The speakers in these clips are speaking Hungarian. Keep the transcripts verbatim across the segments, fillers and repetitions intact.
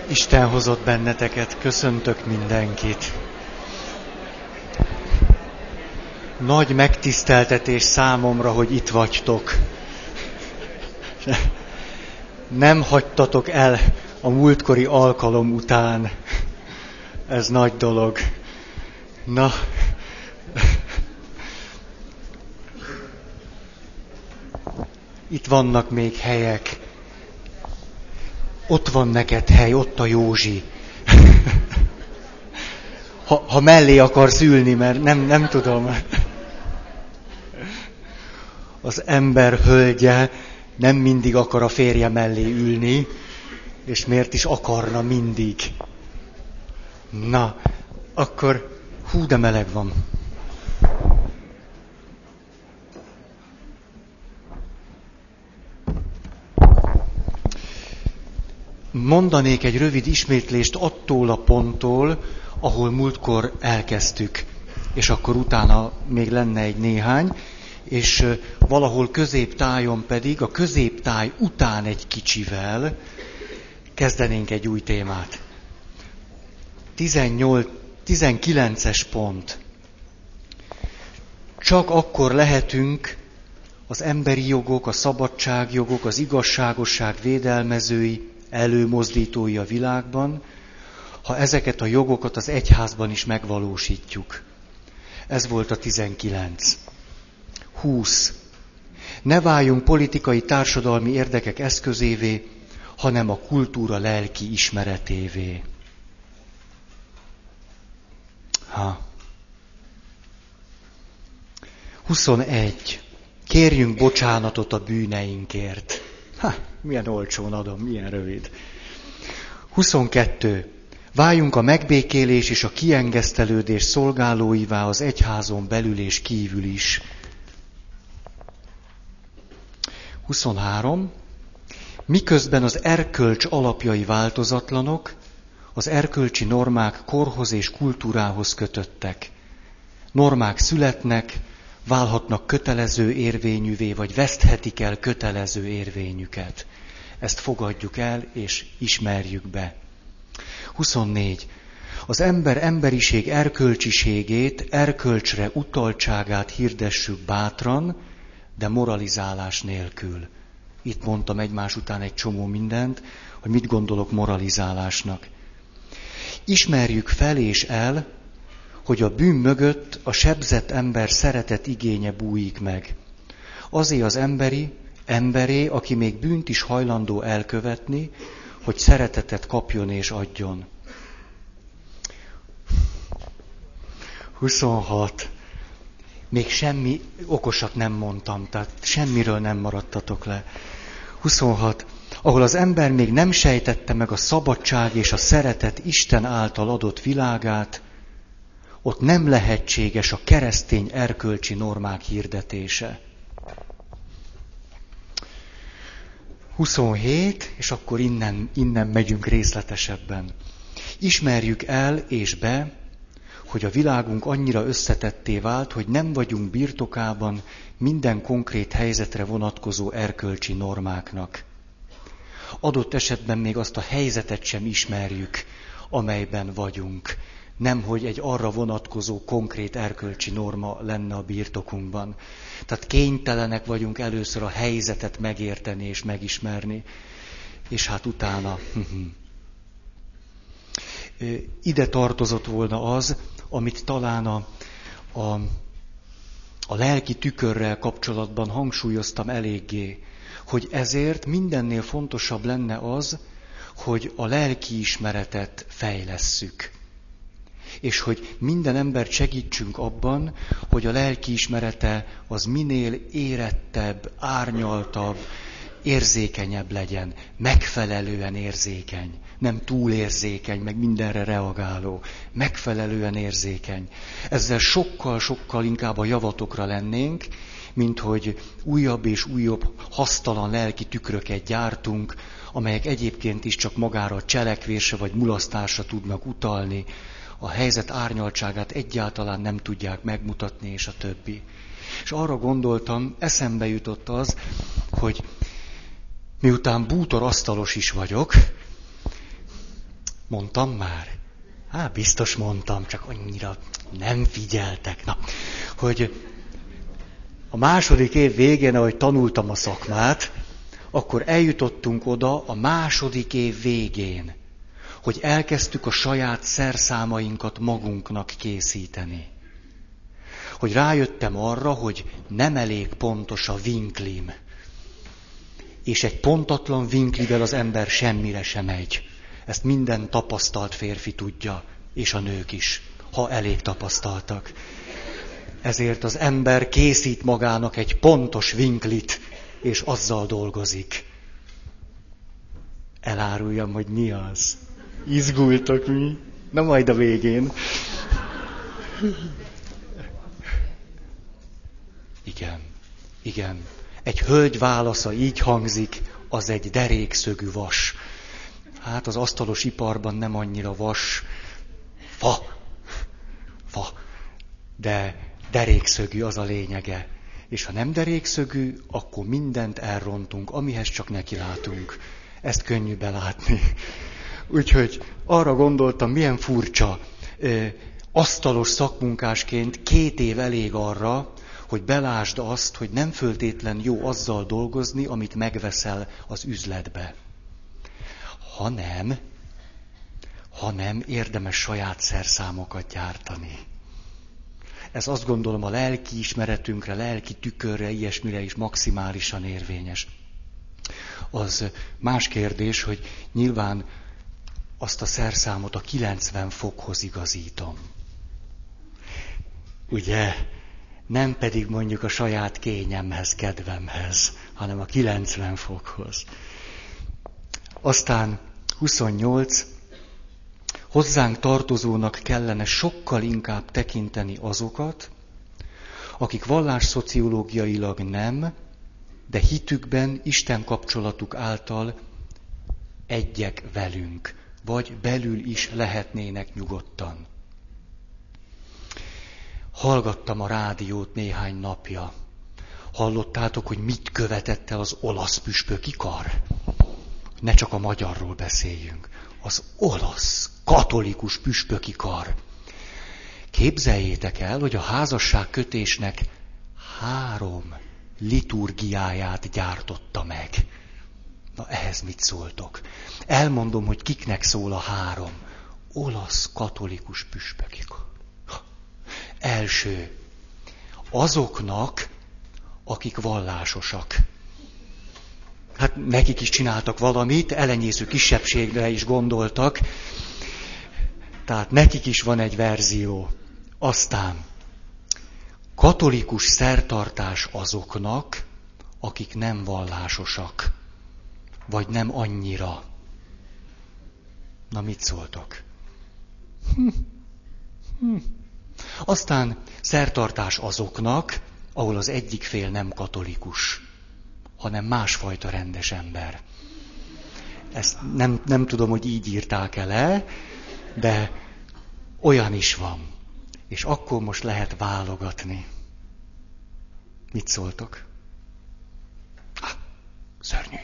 Isten hozott benneteket, köszöntök mindenkit. Nagy megtiszteltetés számomra, hogy itt vagytok. Nem hagytatok el a múltkori alkalom után. Ez nagy dolog. Na, itt vannak még helyek. Ott van neked hely, ott a Józsi. Ha, ha mellé akarsz ülni, mert nem, nem tudom. Az ember hölgye nem mindig akar a férje mellé ülni, és miért is akarna mindig. Na, akkor hú, de meleg van. Mondanék egy rövid ismétlést attól a ponttól, ahol múltkor elkezdtük, és akkor utána még lenne egy néhány, és valahol középtájon pedig, a középtáj után egy kicsivel kezdenénk egy új témát. tizennyolc, tizenkilences pont. Csak akkor lehetünk az emberi jogok, a szabadságjogok, az igazságosság védelmezői, előmozdítói a világban, ha ezeket a jogokat az egyházban is megvalósítjuk. Ez volt a tizenkilenc. húsz. Ne váljunk politikai társadalmi érdekek eszközévé, hanem a kultúra lelki ismeretévé. Ha. huszonegy. Kérjünk bocsánatot a bűneinkért. Ha, milyen olcsón adom, milyen rövid. huszonkettő. Váljunk a megbékélés és a kiengesztelődés szolgálóivá az egyházon belül és kívül is. huszonhárom. Miközben az erkölcs alapjai változatlanok, az erkölcsi normák korhoz és kultúrához kötöttek. Normák születnek, válhatnak kötelező érvényűvé, vagy veszthetik el kötelező érvényüket. Ezt fogadjuk el, és ismerjük be. huszonnégy. Az ember emberiség erkölcsiségét, erkölcsre utaltságát hirdessük bátran, de moralizálás nélkül. Itt mondtam egymás után egy csomó mindent, hogy mit gondolok moralizálásnak. Ismerjük fel és el, hogy a bűn mögött a sebzett ember szeretet igénye bújik meg. Azé az emberi, emberé, aki még bűnt is hajlandó elkövetni, hogy szeretetet kapjon és adjon. huszonhat. Még semmi okosat nem mondtam, tehát semmiről nem maradtatok le. huszonhat. Ahol az ember még nem sejtette meg a szabadság és a szeretet Isten által adott világát, ott nem lehetséges a keresztény erkölcsi normák hirdetése. huszonhét, és akkor innen, innen megyünk részletesebben. Ismerjük el és be, hogy a világunk annyira összetetté vált, hogy nem vagyunk birtokában minden konkrét helyzetre vonatkozó erkölcsi normáknak. Adott esetben még azt a helyzetet sem ismerjük, amelyben vagyunk. Nemhogy egy arra vonatkozó konkrét erkölcsi norma lenne a birtokunkban. Tehát kénytelenek vagyunk először a helyzetet megérteni és megismerni, és hát utána. Ide tartozott volna az, amit talán a, a, a lelki tükörrel kapcsolatban hangsúlyoztam eléggé, hogy ezért mindennél fontosabb lenne az, hogy a lelkiismeretet fejlesszük. És hogy minden embert segítsünk abban, hogy a lelkiismerete az minél érettebb, árnyaltabb, érzékenyebb legyen, megfelelően érzékeny, nem túl érzékeny, meg mindenre reagáló, megfelelően érzékeny. Ezzel sokkal-sokkal inkább a javatokra lennénk, mint hogy újabb és újabb hasztalan lelki tükröket gyártunk, amelyek egyébként is csak magára a cselekvésre vagy mulasztásra tudnak utalni, a helyzet árnyaltságát egyáltalán nem tudják megmutatni, és a többi. És arra gondoltam, eszembe jutott az, hogy miután bútor asztalos is vagyok, Mondtam már? Á, biztos mondtam, csak annyira nem figyeltek. Na, hogy a második év végén, ahogy tanultam a szakmát, akkor eljutottunk oda a második év végén, hogy elkezdtük a saját szerszámainkat magunknak készíteni. Hogy rájöttem arra, hogy nem elég pontos a vinklim. És egy pontatlan vinklivel az ember semmire sem megy. Ezt minden tapasztalt férfi tudja, és a nők is, ha elég tapasztaltak. Ezért az ember készít magának egy pontos vinklit, és azzal dolgozik. Eláruljam, hogy mi az. Izgultak mi? Na majd a végén. Igen, igen. Egy hölgy válasza így hangzik, az egy derékszögű vas. Hát az asztalos iparban nem annyira vas, fa, fa, de derékszögű az a lényege. És ha nem derékszögű, akkor mindent elrontunk, amihez csak nekilátunk. Ezt könnyű belátni. Úgyhogy arra gondoltam, milyen furcsa. Asztalos szakmunkásként két év elég arra, hogy belásd azt, hogy nem föltétlen jó azzal dolgozni, amit megveszel az üzletbe. Hanem, hanem érdemes saját szerszámokat gyártani. Ez azt gondolom a lelki ismeretünkre, lelki tükörre, ilyesmire is maximálisan érvényes. Az más kérdés, hogy nyilván azt a szerszámot a kilencven fokhoz igazítom. Ugye? Nem pedig mondjuk a saját kényemhez, kedvemhez, hanem a kilencven fokhoz. Aztán huszonnyolc. Hozzánk tartozónak kellene sokkal inkább tekinteni azokat, akik vallásszociológiailag nem, de hitükben, Isten kapcsolatuk által egyek velünk, vagy belül is lehetnének nyugodtan. Hallgattam a rádiót néhány napja. Hallottátok, hogy mit követett el az olasz püspöki kar? Ne csak a magyarról beszéljünk. Az olasz katolikus püspöki kar. Képzeljétek el, hogy a házasságkötésnek három liturgiáját gyártotta meg. Na ehhez mit szóltok? Elmondom, hogy kiknek szól a három. Olasz katolikus püspöki kar. Első. Azoknak, akik vallásosak. Hát nekik is csináltak valamit, elenyésző kisebbségre is gondoltak. Tehát nekik is van egy verzió. Aztán katolikus szertartás azoknak, akik nem vallásosak. Vagy nem annyira. Na mit szóltok? Hm. Hm. Aztán szertartás azoknak, ahol az egyik fél nem katolikus, hanem másfajta rendes ember. Ezt nem, nem tudom, hogy így írták el, de olyan is van. És akkor most lehet válogatni. Mit szóltok? Ah, szörnyű.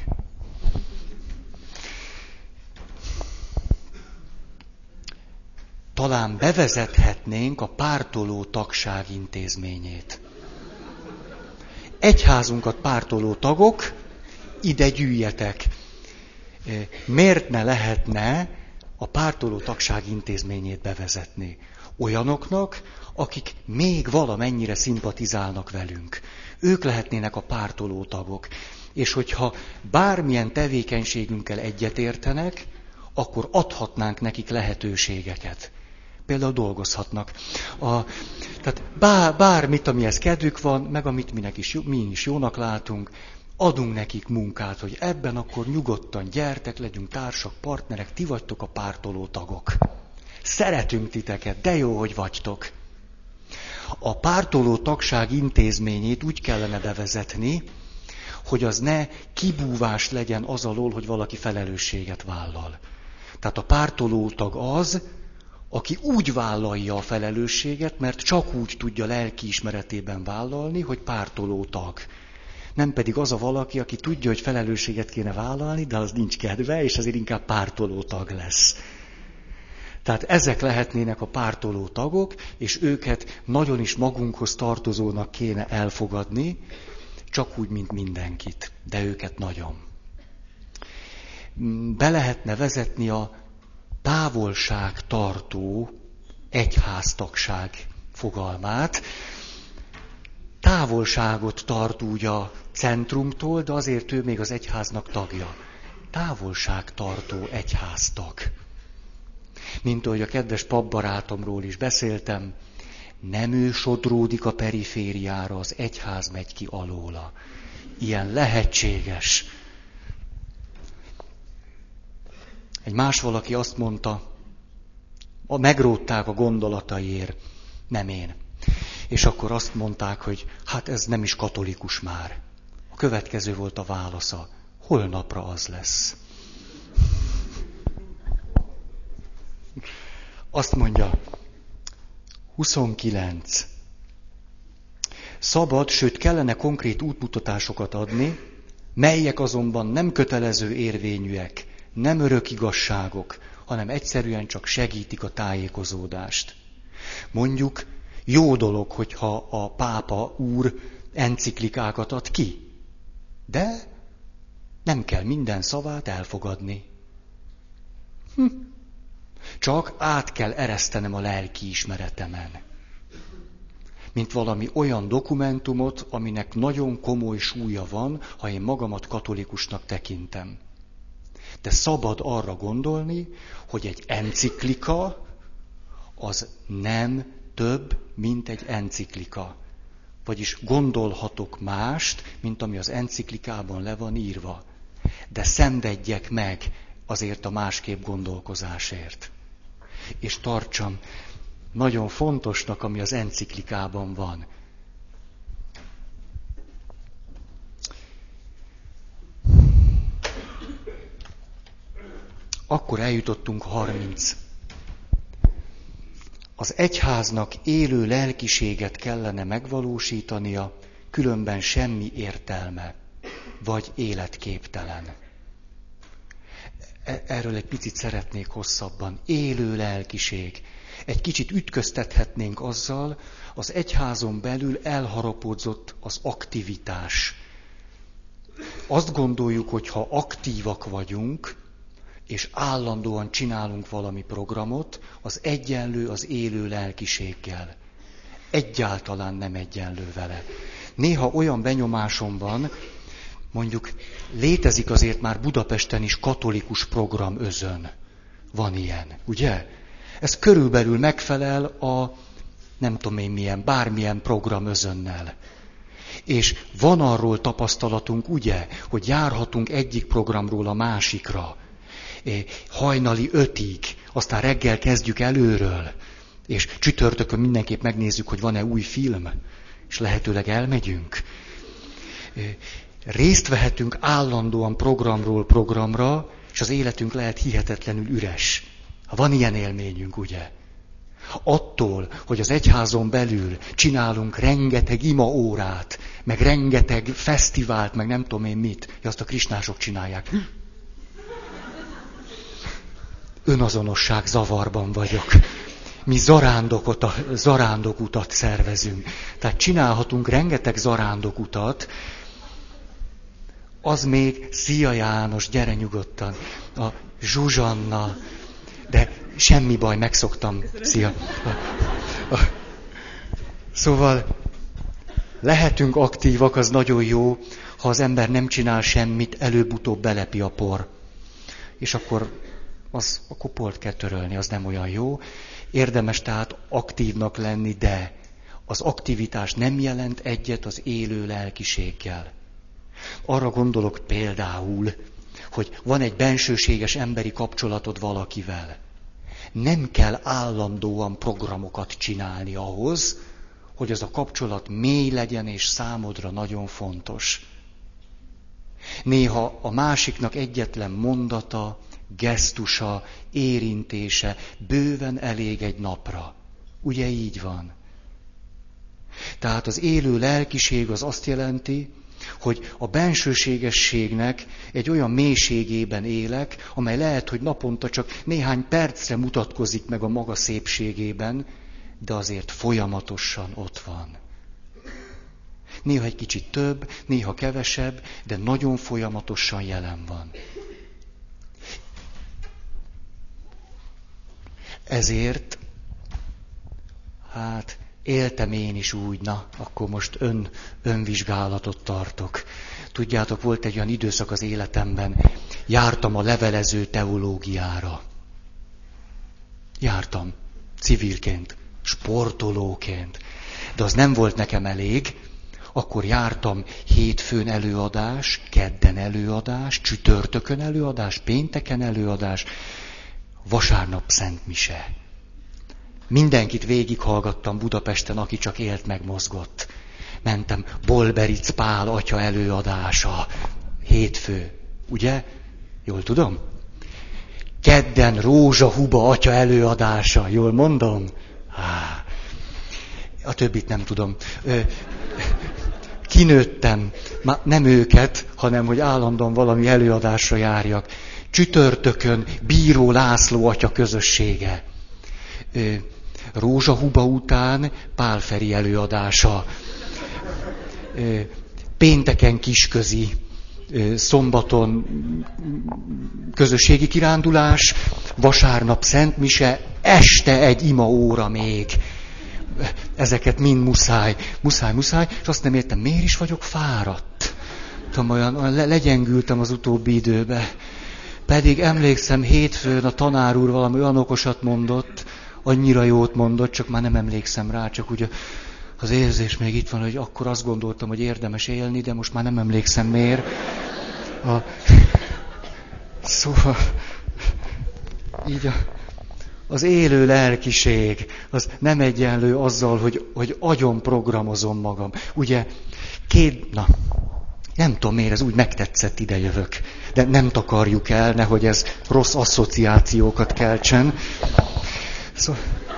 Talán bevezethetnénk a pártoló tagság intézményét. Egyházunkat pártoló tagok, ide gyűjjetek. Miért ne lehetne a pártoló tagság intézményét bevezetni? Olyanoknak, akik még valamennyire szimpatizálnak velünk. Ők lehetnének a pártoló tagok. És hogyha bármilyen tevékenységünkkel egyetértenek, akkor adhatnánk nekik lehetőségeket. Például dolgozhatnak. A, tehát bár, bármit, amihez kedvük van, meg amit minek is, mi is jónak látunk, adunk nekik munkát, hogy ebben akkor nyugodtan gyertek, legyünk társak, partnerek, ti vagytok a pártoló tagok. Szeretünk titeket, de jó, hogy vagytok. A pártoló tagság intézményét úgy kellene bevezetni, hogy az ne kibúvás legyen az alól, hogy valaki felelősséget vállal. Tehát a pártoló tag az, aki úgy vállalja a felelősséget, mert csak úgy tudja lelkiismeretében vállalni, hogy pártoló tag. Nem pedig az a valaki, aki tudja, hogy felelősséget kéne vállalni, de az nincs kedve, és azért inkább pártoló tag lesz. Tehát ezek lehetnének a pártoló tagok, és őket nagyon is magunkhoz tartozónak kéne elfogadni, csak úgy, mint mindenkit, de őket nagyon. Be lehetne vezetni a távolságtartó egyháztagság fogalmát. Távolságot tart úgy a centrumtól, de azért ő még az egyháznak tagja. Távolságtartó egyháztag. Mint ahogy a kedves papbarátomról is beszéltem, nem ő sodródik a perifériára, az egyház megy ki alóla. Ilyen lehetséges. Egy más valaki azt mondta, a megrótták a gondolataiért, nem én. És akkor azt mondták, hogy hát ez nem is katolikus már. A következő volt a válasza, holnapra az lesz. Azt mondja, huszonkilenc. Szabad, sőt kellene konkrét útmutatásokat adni, melyek azonban nem kötelező érvényűek, nem örök igazságok, hanem egyszerűen csak segítik a tájékozódást. Mondjuk jó dolog, hogyha a pápa úr enciklikákat ad ki, de nem kell minden szavát elfogadni. Hm. Csak át kell eresztenem a lelki ismeretemen. Mint valami olyan dokumentumot, aminek nagyon komoly súlya van, ha én magamat katolikusnak tekintem. De szabad arra gondolni, hogy egy enciklika az nem több, mint egy enciklika. Vagyis gondolhatok mást, mint ami az enciklikában le van írva. De szenvedjek meg azért a másképp gondolkozásért. És tartsam nagyon fontosnak, ami az enciklikában van. Akkor eljutottunk harminc. Az egyháznak élő lelkiséget kellene megvalósítania, különben semmi értelme, vagy életképtelen. Erről egy picit szeretnék hosszabban. Élő lelkiség. Egy kicsit ütköztethetnénk azzal, az egyházon belül elharapódzott az aktivitás. Azt gondoljuk, hogy ha aktívak vagyunk, és állandóan csinálunk valami programot, az egyenlő az élő lelkiséggel. Egyáltalán nem egyenlő vele. Néha olyan benyomásom van, mondjuk létezik azért már Budapesten is katolikus program özön. Van ilyen, ugye? Ez körülbelül megfelel a nem tudom én milyen, bármilyen program özönnel. És van arról tapasztalatunk, ugye, hogy járhatunk egyik programról a másikra. Hajnali ötig, aztán reggel kezdjük előről, és csütörtökön mindenképp megnézzük, hogy van-e új film, és lehetőleg elmegyünk. Részt vehetünk állandóan programról programra, és az életünk lehet hihetetlenül üres. Ha van ilyen élményünk, ugye? Attól, hogy az egyházon belül csinálunk rengeteg imaórát, meg rengeteg fesztivált, meg nem tudom én mit, azt a krisnások csinálják. Önazonosság zavarban vagyok. Mi zarándokot, zarándokutat szervezünk. Tehát csinálhatunk rengeteg zarándokutat, az még, szia János, gyere nyugodtan, a Zsuzsanna, de semmi baj, megszoktam, szia. A, a, szóval lehetünk aktívak, az nagyon jó, ha az ember nem csinál semmit, előbb-utóbb belepi a por. És akkor, az, akkor port kell törölni, az nem olyan jó. Érdemes tehát aktívnak lenni, de az aktivitás nem jelent egyet az élő lelkiséggel. Arra gondolok például, hogy van egy bensőséges emberi kapcsolatod valakivel. Nem kell állandóan programokat csinálni ahhoz, hogy az a kapcsolat mély legyen és számodra nagyon fontos. Néha a másiknak egyetlen mondata, gesztusa, érintése bőven elég egy napra. Ugye így van? Tehát az élő lelkiség az azt jelenti, hogy a bensőségességnek egy olyan mélységében élek, amely lehet, hogy naponta csak néhány percre mutatkozik meg a maga szépségében, de azért folyamatosan ott van. Néha egy kicsit több, néha kevesebb, de nagyon folyamatosan jelen van. Ezért, hát éltem én is úgy, na, akkor most ön, önvizsgálatot tartok. Tudjátok, volt egy olyan időszak az életemben, jártam a levelező teológiára. Jártam, civilként, sportolóként. De az nem volt nekem elég, akkor jártam hétfőn előadás, kedden előadás, csütörtökön előadás, pénteken előadás, vasárnap szentmise. Mindenkit végighallgattam Budapesten, aki csak élt, meg mozgott. Mentem Bolberic Pál atya előadása, hétfő, ugye? Jól tudom? Kedden Rózsa Huba atya előadása, jól mondom? Há, a többit nem tudom. Ö, kinőttem, már nem őket, hanem hogy állandóan valami előadásra járjak. Csütörtökön Bíró László atya közössége. Ö, Rózsa Huba után Pál Feri előadása. Ö, pénteken Kisközi, ö, szombaton közösségi kirándulás, vasárnap szentmise, este egy imaóra még. Ezeket mind muszáj, muszáj, muszáj, és azt nem értem, miért is vagyok fáradt. Tudom, olyan, olyan le- legyengültem az utóbbi időben. Pedig emlékszem, hétfőn a tanár úr valami olyan okosat mondott, annyira jót mondott, csak már nem emlékszem rá, csak úgy az érzés még itt van, hogy akkor azt gondoltam, hogy érdemes élni, de most már nem emlékszem miért. A... Szóval, így a... az élő lelkiség, az nem egyenlő azzal, hogy, hogy agyon programozom magam. Ugye, két, na, nem tudom miért, ez úgy megtetszett, ide jövök. De nem takarjuk el, nehogy ez rossz asszociációkat keltsen. Szóval...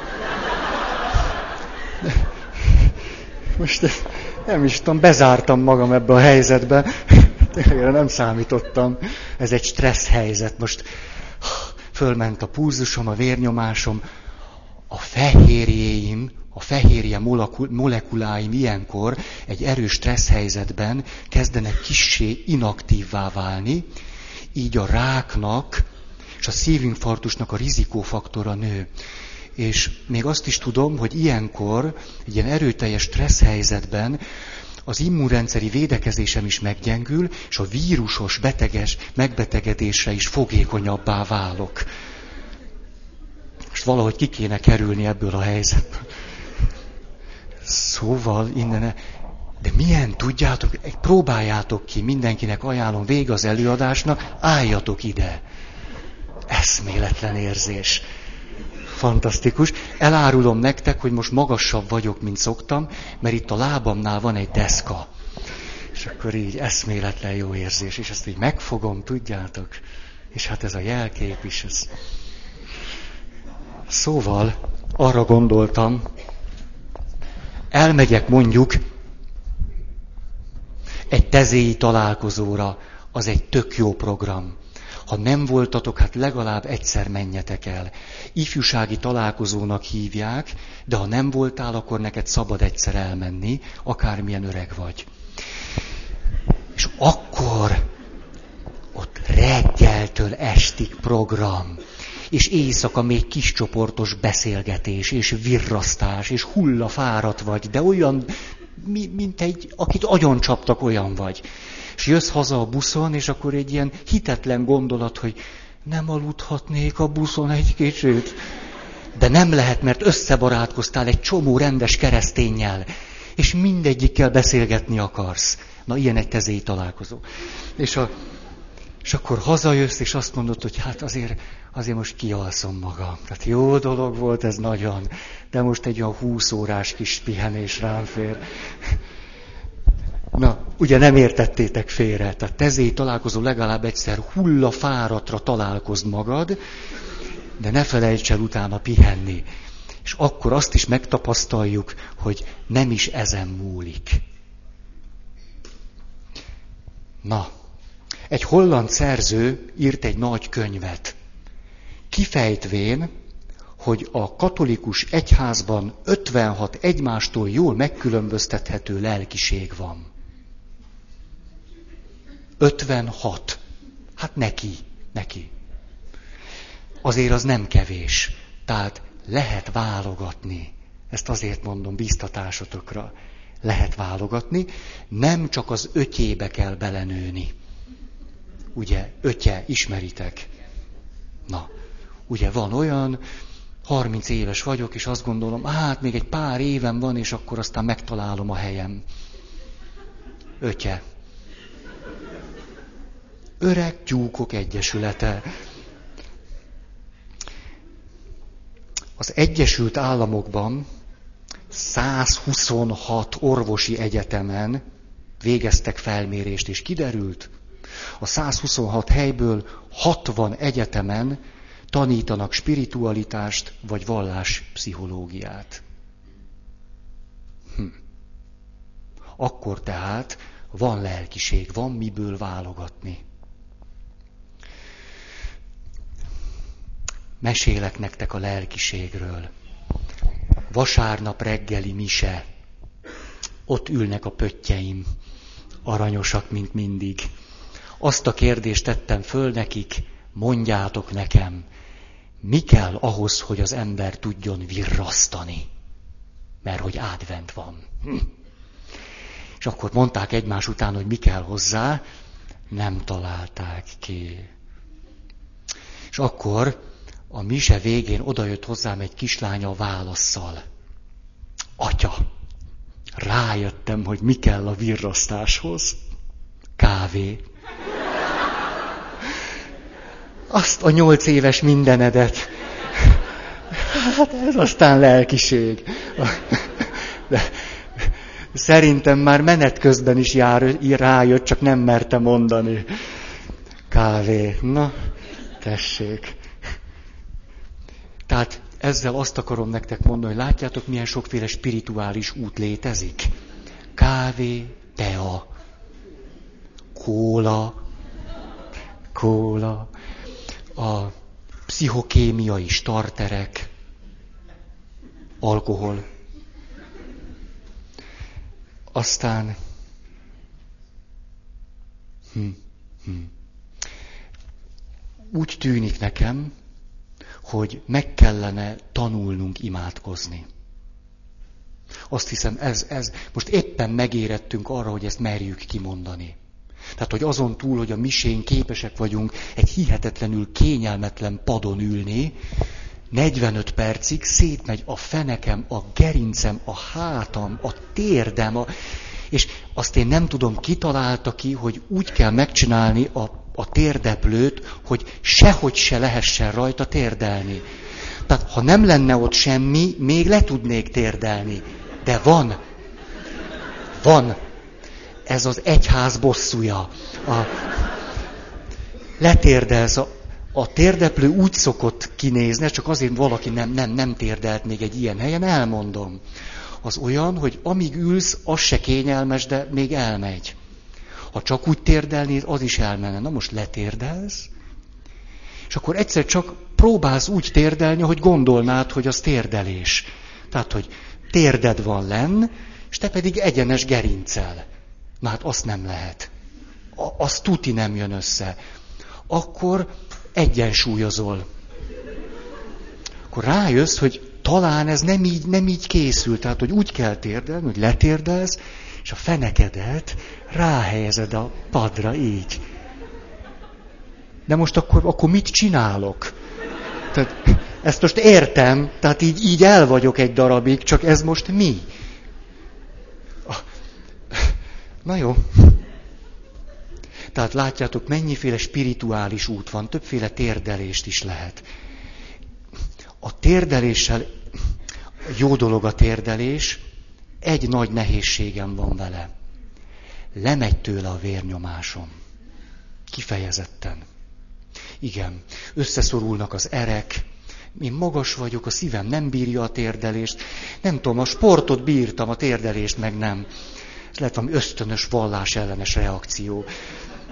Most nem is tudom, bezártam magam ebbe a helyzetbe. Tényleg nem számítottam. Ez egy stressz helyzet. Most fölment a pulzusom, a vérnyomásom, a fehérjéim, a fehérje molekuláim ilyenkor egy erős stressz helyzetben kezdenek kissé inaktívvá válni, így a ráknak és a szívinfarktusnak a rizikófaktora nő. És még azt is tudom, hogy ilyenkor, egy ilyen erőteljes stressz helyzetben az immunrendszeri védekezésem is meggyengül, és a vírusos, beteges megbetegedésre is fogékonyabbá válok. Most valahogy ki kéne kerülni ebből a helyzetből. Szóval innen... De milyen, tudjátok, próbáljátok ki, mindenkinek ajánlom, vége az előadásnak, álljatok ide. Eszméletlen érzés. Fantasztikus. Elárulom nektek, hogy most magasabb vagyok, mint szoktam, mert itt a lábamnál van egy deszka. És akkor így eszméletlen jó érzés. És ezt így megfogom, tudjátok. És hát ez a jelkép is. Ez... Szóval arra gondoltam, elmegyek mondjuk egy tezéi találkozóra, az egy tök jó program. Ha nem voltatok, hát legalább egyszer menjetek el. Ifjúsági találkozónak hívják, de ha nem voltál, akkor neked szabad egyszer elmenni, akármilyen öreg vagy. És akkor ott reggeltől estig program, és éjszaka még kiscsoportos beszélgetés, és virrasztás, és hullafáradt vagy, de olyan, mint egy, akit agyon csaptak, olyan vagy. És jössz haza a buszon, és akkor egy ilyen hitetlen gondolat, hogy nem aludhatnék a buszon egy kicsit. De nem lehet, mert összebarátkoztál egy csomó rendes kereszténnyel, és mindegyikkel beszélgetni akarsz. Na, ilyen egy tezéi találkozó. És, a, és akkor hazajössz, és azt mondod, hogy hát azért, azért most kialszom magam. Tehát jó dolog volt ez nagyon, de most egy olyan húsz órás kis pihenés rám fér. Na, ugye nem értettétek félre. Tehát tezéi találkozó legalább egyszer hullafáratra találkozd magad, de ne felejts el utána pihenni. És akkor azt is megtapasztaljuk, hogy nem is ezen múlik. Na, egy holland szerző írt egy nagy könyvet, kifejtvén, hogy a katolikus egyházban ötvenhat egymástól jól megkülönböztethető lelkiség van. ötvenhat. Hát neki, neki. Azért az nem kevés. Tehát lehet válogatni. Ezt azért mondom bíztatásotokra. Lehet válogatni, nem csak az ötjébe kell belenőni. Ugye, ötje, ismeritek? Na, ugye van olyan, harminc éves vagyok, és azt gondolom, hát még egy pár évem van, és akkor aztán megtalálom a helyem. Ötje. Öreg tyúkok egyesülete. Az Egyesült Államokban százhuszonhat orvosi egyetemen végeztek felmérést, és kiderült, a százhuszonhat helyből hatvan egyetemen tanítanak spiritualitást vagy valláspszichológiát. Hm. Akkor tehát van lelkiség, van miből válogatni. Mesélek nektek a lelkiségről. Vasárnap reggeli mise. Ott ülnek a pöttyeim, aranyosak, mint mindig. Azt a kérdést tettem föl nekik, mondjátok nekem, mi kell ahhoz, hogy az ember tudjon virrasztani? Mert hogy advent van. Hm. És akkor mondták egymás után, hogy mi kell hozzá, nem találták ki. És akkor a mise végén odajött hozzám egy kislány a válasszal. Atya, rájöttem, hogy mi kell a virrasztáshoz. Kávé. Azt a nyolc éves mindenedet. Hát ez aztán lelkiség. De szerintem már menet közben is jár, rájött, csak nem merte mondani. Kávé. Na, tessék. Tehát ezzel azt akarom nektek mondani, hogy látjátok, milyen sokféle spirituális út létezik. Kávé, tea, kóla, kóla, a pszichokémiai starterek, alkohol. Aztán hm, hm. úgy tűnik nekem, hogy meg kellene tanulnunk imádkozni. Azt hiszem, ez, ez, most éppen megérettünk arra, hogy ezt merjük kimondani. Tehát, hogy azon túl, hogy a misén képesek vagyunk egy hihetetlenül kényelmetlen padon ülni, negyvenöt percig szétmegy a fenekem, a gerincem, a hátam, a térdem, a... és azt én nem tudom, ki találta ki, hogy úgy kell megcsinálni a, a térdeplőt, hogy sehogy se lehessen rajta térdelni. Tehát, ha nem lenne ott semmi, még le tudnék térdelni. De van. Van. Ez az egyház bosszúja. A... Letérdelsz. A, a térdeplő úgy szokott kinézni, csak azért valaki nem, nem, nem térdelt még egy ilyen helyen, elmondom. Az olyan, hogy amíg ülsz, az se kényelmes, de még elmegy. Ha csak úgy térdelnéd, az is elmenne. Na most letérdelsz, és akkor egyszer csak próbálsz úgy térdelni, hogy gondolnád, hogy az térdelés. Tehát, hogy térded van lenn, és te pedig egyenes gerinccel. Na hát azt nem lehet. A, az tuti nem jön össze. Akkor egyensúlyozol. Akkor rájössz, hogy talán ez nem így, nem így készül. Tehát, hogy úgy kell térdelni, hogy letérdelsz, és a fenekedet ráhelyezed a padra így. De most akkor, akkor mit csinálok? Tehát, ezt most értem, tehát így, így el vagyok egy darabig, csak ez most mi? Na jó. Tehát látjátok, mennyiféle spirituális út van, többféle térdelést is lehet. A térdeléssel, jó dolog a térdelés, egy nagy nehézségem van vele. Lemegy tőle a vérnyomásom. Kifejezetten. Igen, összeszorulnak az erek, én magas vagyok, a szívem nem bírja a térdelést. Nem tudom, a sportot bírtam, a térdelést meg nem. Ez lehet valami ösztönös, vallás ellenes reakció.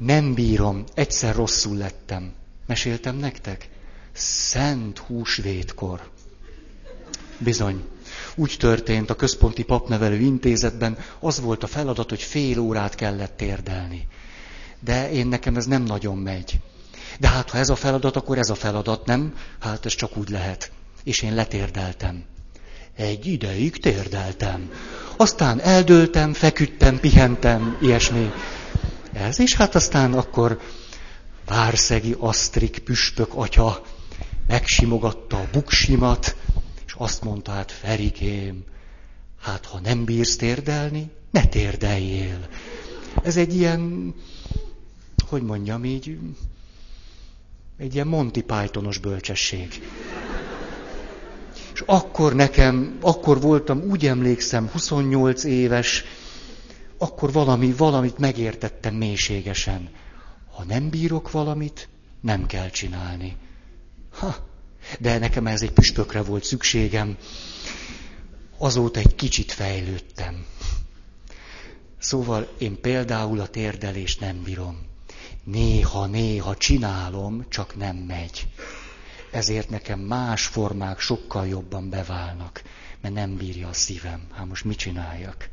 Nem bírom, egyszer rosszul lettem. Meséltem nektek? Szent húsvétkor. Bizony. Úgy történt a Központi Papnevelő Intézetben, az volt a feladat, hogy fél órát kellett térdelni. De én nekem ez nem nagyon megy. De hát, ha ez a feladat, akkor ez a feladat, nem? Hát ez csak úgy lehet. És én letérdeltem. Egy ideig térdeltem. Aztán eldőltem, feküdtem, pihentem, ilyesmi. Ez, és hát aztán akkor Várszegi Asztrik püspök atya megsimogatta a buksimat, és azt mondta, hát Ferikém, hát ha nem bírsz térdelni, ne térdeljél. Ez egy ilyen, hogy mondjam így, egy ilyen Monty Pythonos bölcsesség. És akkor nekem, akkor voltam, úgy emlékszem, huszonnyolc éves, akkor valami, valamit megértettem mélységesen. Ha nem bírok valamit, nem kell csinálni. Ha, de nekem ez egy püspökre volt szükségem. Azóta egy kicsit fejlődtem. Szóval én például a térdelést nem bírom. Néha-néha csinálom, csak nem megy. Ezért nekem más formák sokkal jobban beválnak, mert nem bírja a szívem. Hát most mit csináljak?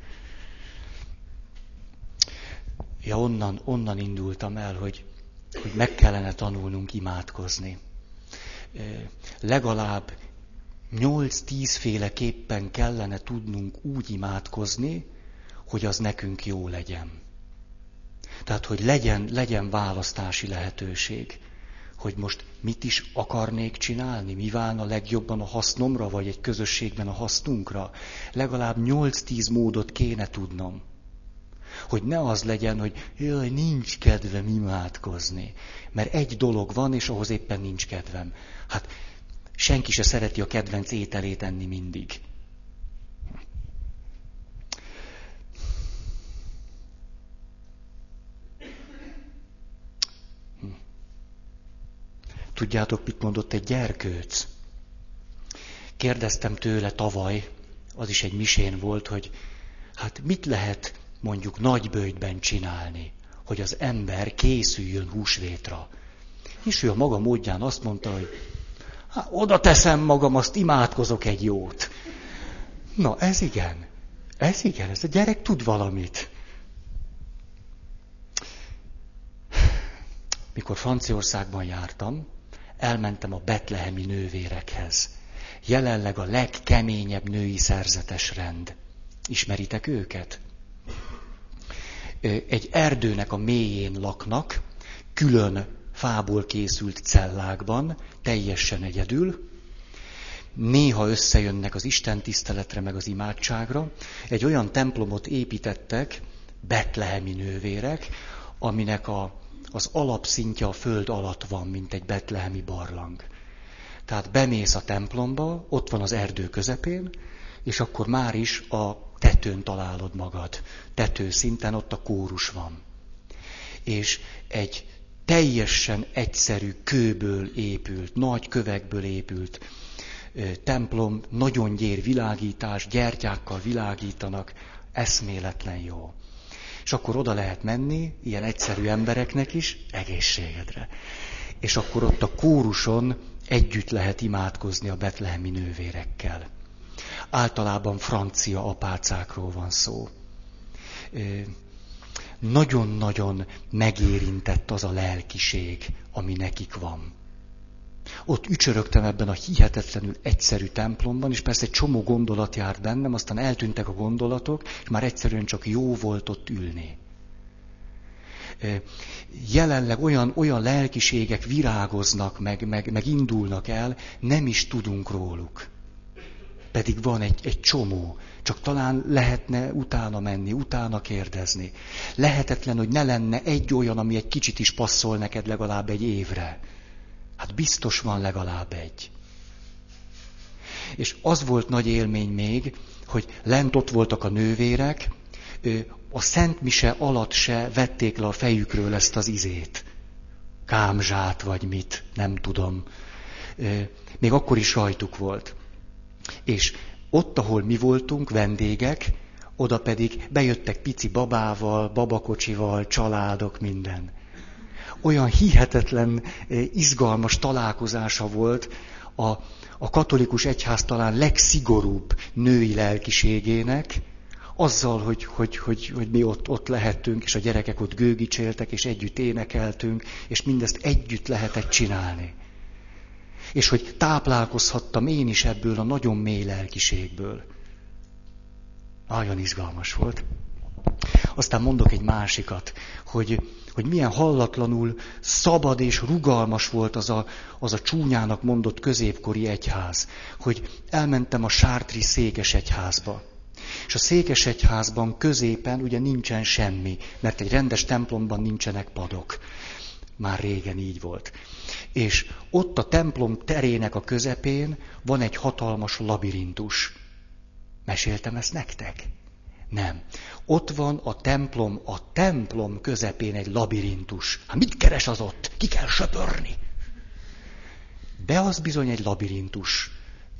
Ja, onnan, onnan indultam el, hogy, hogy meg kellene tanulnunk imádkozni. Legalább nyolc-tíz féleképpen kellene tudnunk úgy imádkozni, hogy az nekünk jó legyen. Tehát, hogy legyen, legyen választási lehetőség. Hogy most mit is akarnék csinálni, mi válna legjobban a hasznomra, vagy egy közösségben a hasznunkra. Legalább nyolc-tíz módot kéne tudnom. Hogy ne az legyen, hogy jaj, nincs kedvem imádkozni. Mert egy dolog van, és ahhoz éppen nincs kedvem. Hát senki se szereti a kedvenc ételét enni mindig. Tudjátok, mit mondott egy gyerkőc? Kérdeztem tőle tavaly, az is egy misén volt, hogy hát mit lehet mondjuk nagyböjtben csinálni, hogy az ember készüljön húsvétra. És ő a maga módján azt mondta, hogy hát, oda teszem magam, azt imádkozok egy jót. Na, ez igen. Ez igen, ez a gyerek tud valamit. Mikor Franciaországban jártam, elmentem a betlehemi nővérekhez. Jelenleg a legkeményebb női szerzetes rend. Ismeritek őket? Egy erdőnek a mélyén laknak, külön fából készült cellákban, teljesen egyedül. Néha összejönnek az istentiszteletre, meg az imádságra. Egy olyan templomot építettek, betlehemi nővérek, aminek a az alapszintje a föld alatt van, mint egy betlehemi barlang. Tehát bemész a templomba, ott van az erdő közepén, és akkor már is a tetőn találod magad. Tetőszinten ott a kórus van. És egy teljesen egyszerű kőből épült, nagy kövekből épült templom, nagyon gyér világítás, gyertyákkal világítanak, eszméletlen jó. És akkor oda lehet menni, ilyen egyszerű embereknek is, egészségedre. És akkor ott a kóruson együtt lehet imádkozni a betlehemi nővérekkel. Általában francia apácákról van szó. Nagyon-nagyon megérintett az a lelkiség, ami nekik van. Ott ücsörögtem ebben a hihetetlenül egyszerű templomban, és persze egy csomó gondolat járt bennem, aztán eltűntek a gondolatok, és már egyszerűen csak jó volt ott ülni. Jelenleg olyan, olyan lelkiségek virágoznak, meg, meg, meg indulnak el, nem is tudunk róluk. Pedig van egy, egy csomó, csak talán lehetne utána menni, utána kérdezni. Lehetetlen, hogy ne lenne egy olyan, ami egy kicsit is passzol neked legalább egy évre. Hát biztos van legalább egy. És az volt nagy élmény még, hogy lent ott voltak a nővérek, a Szent Mise alatt se vették le a fejükről ezt az izét. Kámzsát vagy mit, nem tudom. Még akkor is rajtuk volt. És ott, ahol mi voltunk, vendégek, oda pedig bejöttek pici babával, babakocsival, családok, minden. olyan hihetetlen, izgalmas találkozása volt a, a katolikus egyház talán legszigorúbb női lelkiségének, azzal, hogy, hogy, hogy, hogy mi ott, ott lehettünk, és a gyerekek ott gőgicséltek, és együtt énekeltünk, és mindezt együtt lehetett csinálni. És hogy táplálkozhattam én is ebből a nagyon mély lelkiségből. Nagyon izgalmas volt. Aztán mondok egy másikat, hogy, hogy milyen hallatlanul szabad és rugalmas volt az a, az a csúnyának mondott középkori egyház. Hogy elmentem a sártri székesegyházba. És a székesegyházban középen ugye nincsen semmi, mert egy rendes templomban nincsenek padok. Már régen így volt. És ott a templom terének a közepén van egy hatalmas labirintus. Meséltem ezt nektek? Nem. Ott van a templom, a templom közepén egy labirintus. Hát mit keres az ott? Ki kell söpörni. De az bizony egy labirintus.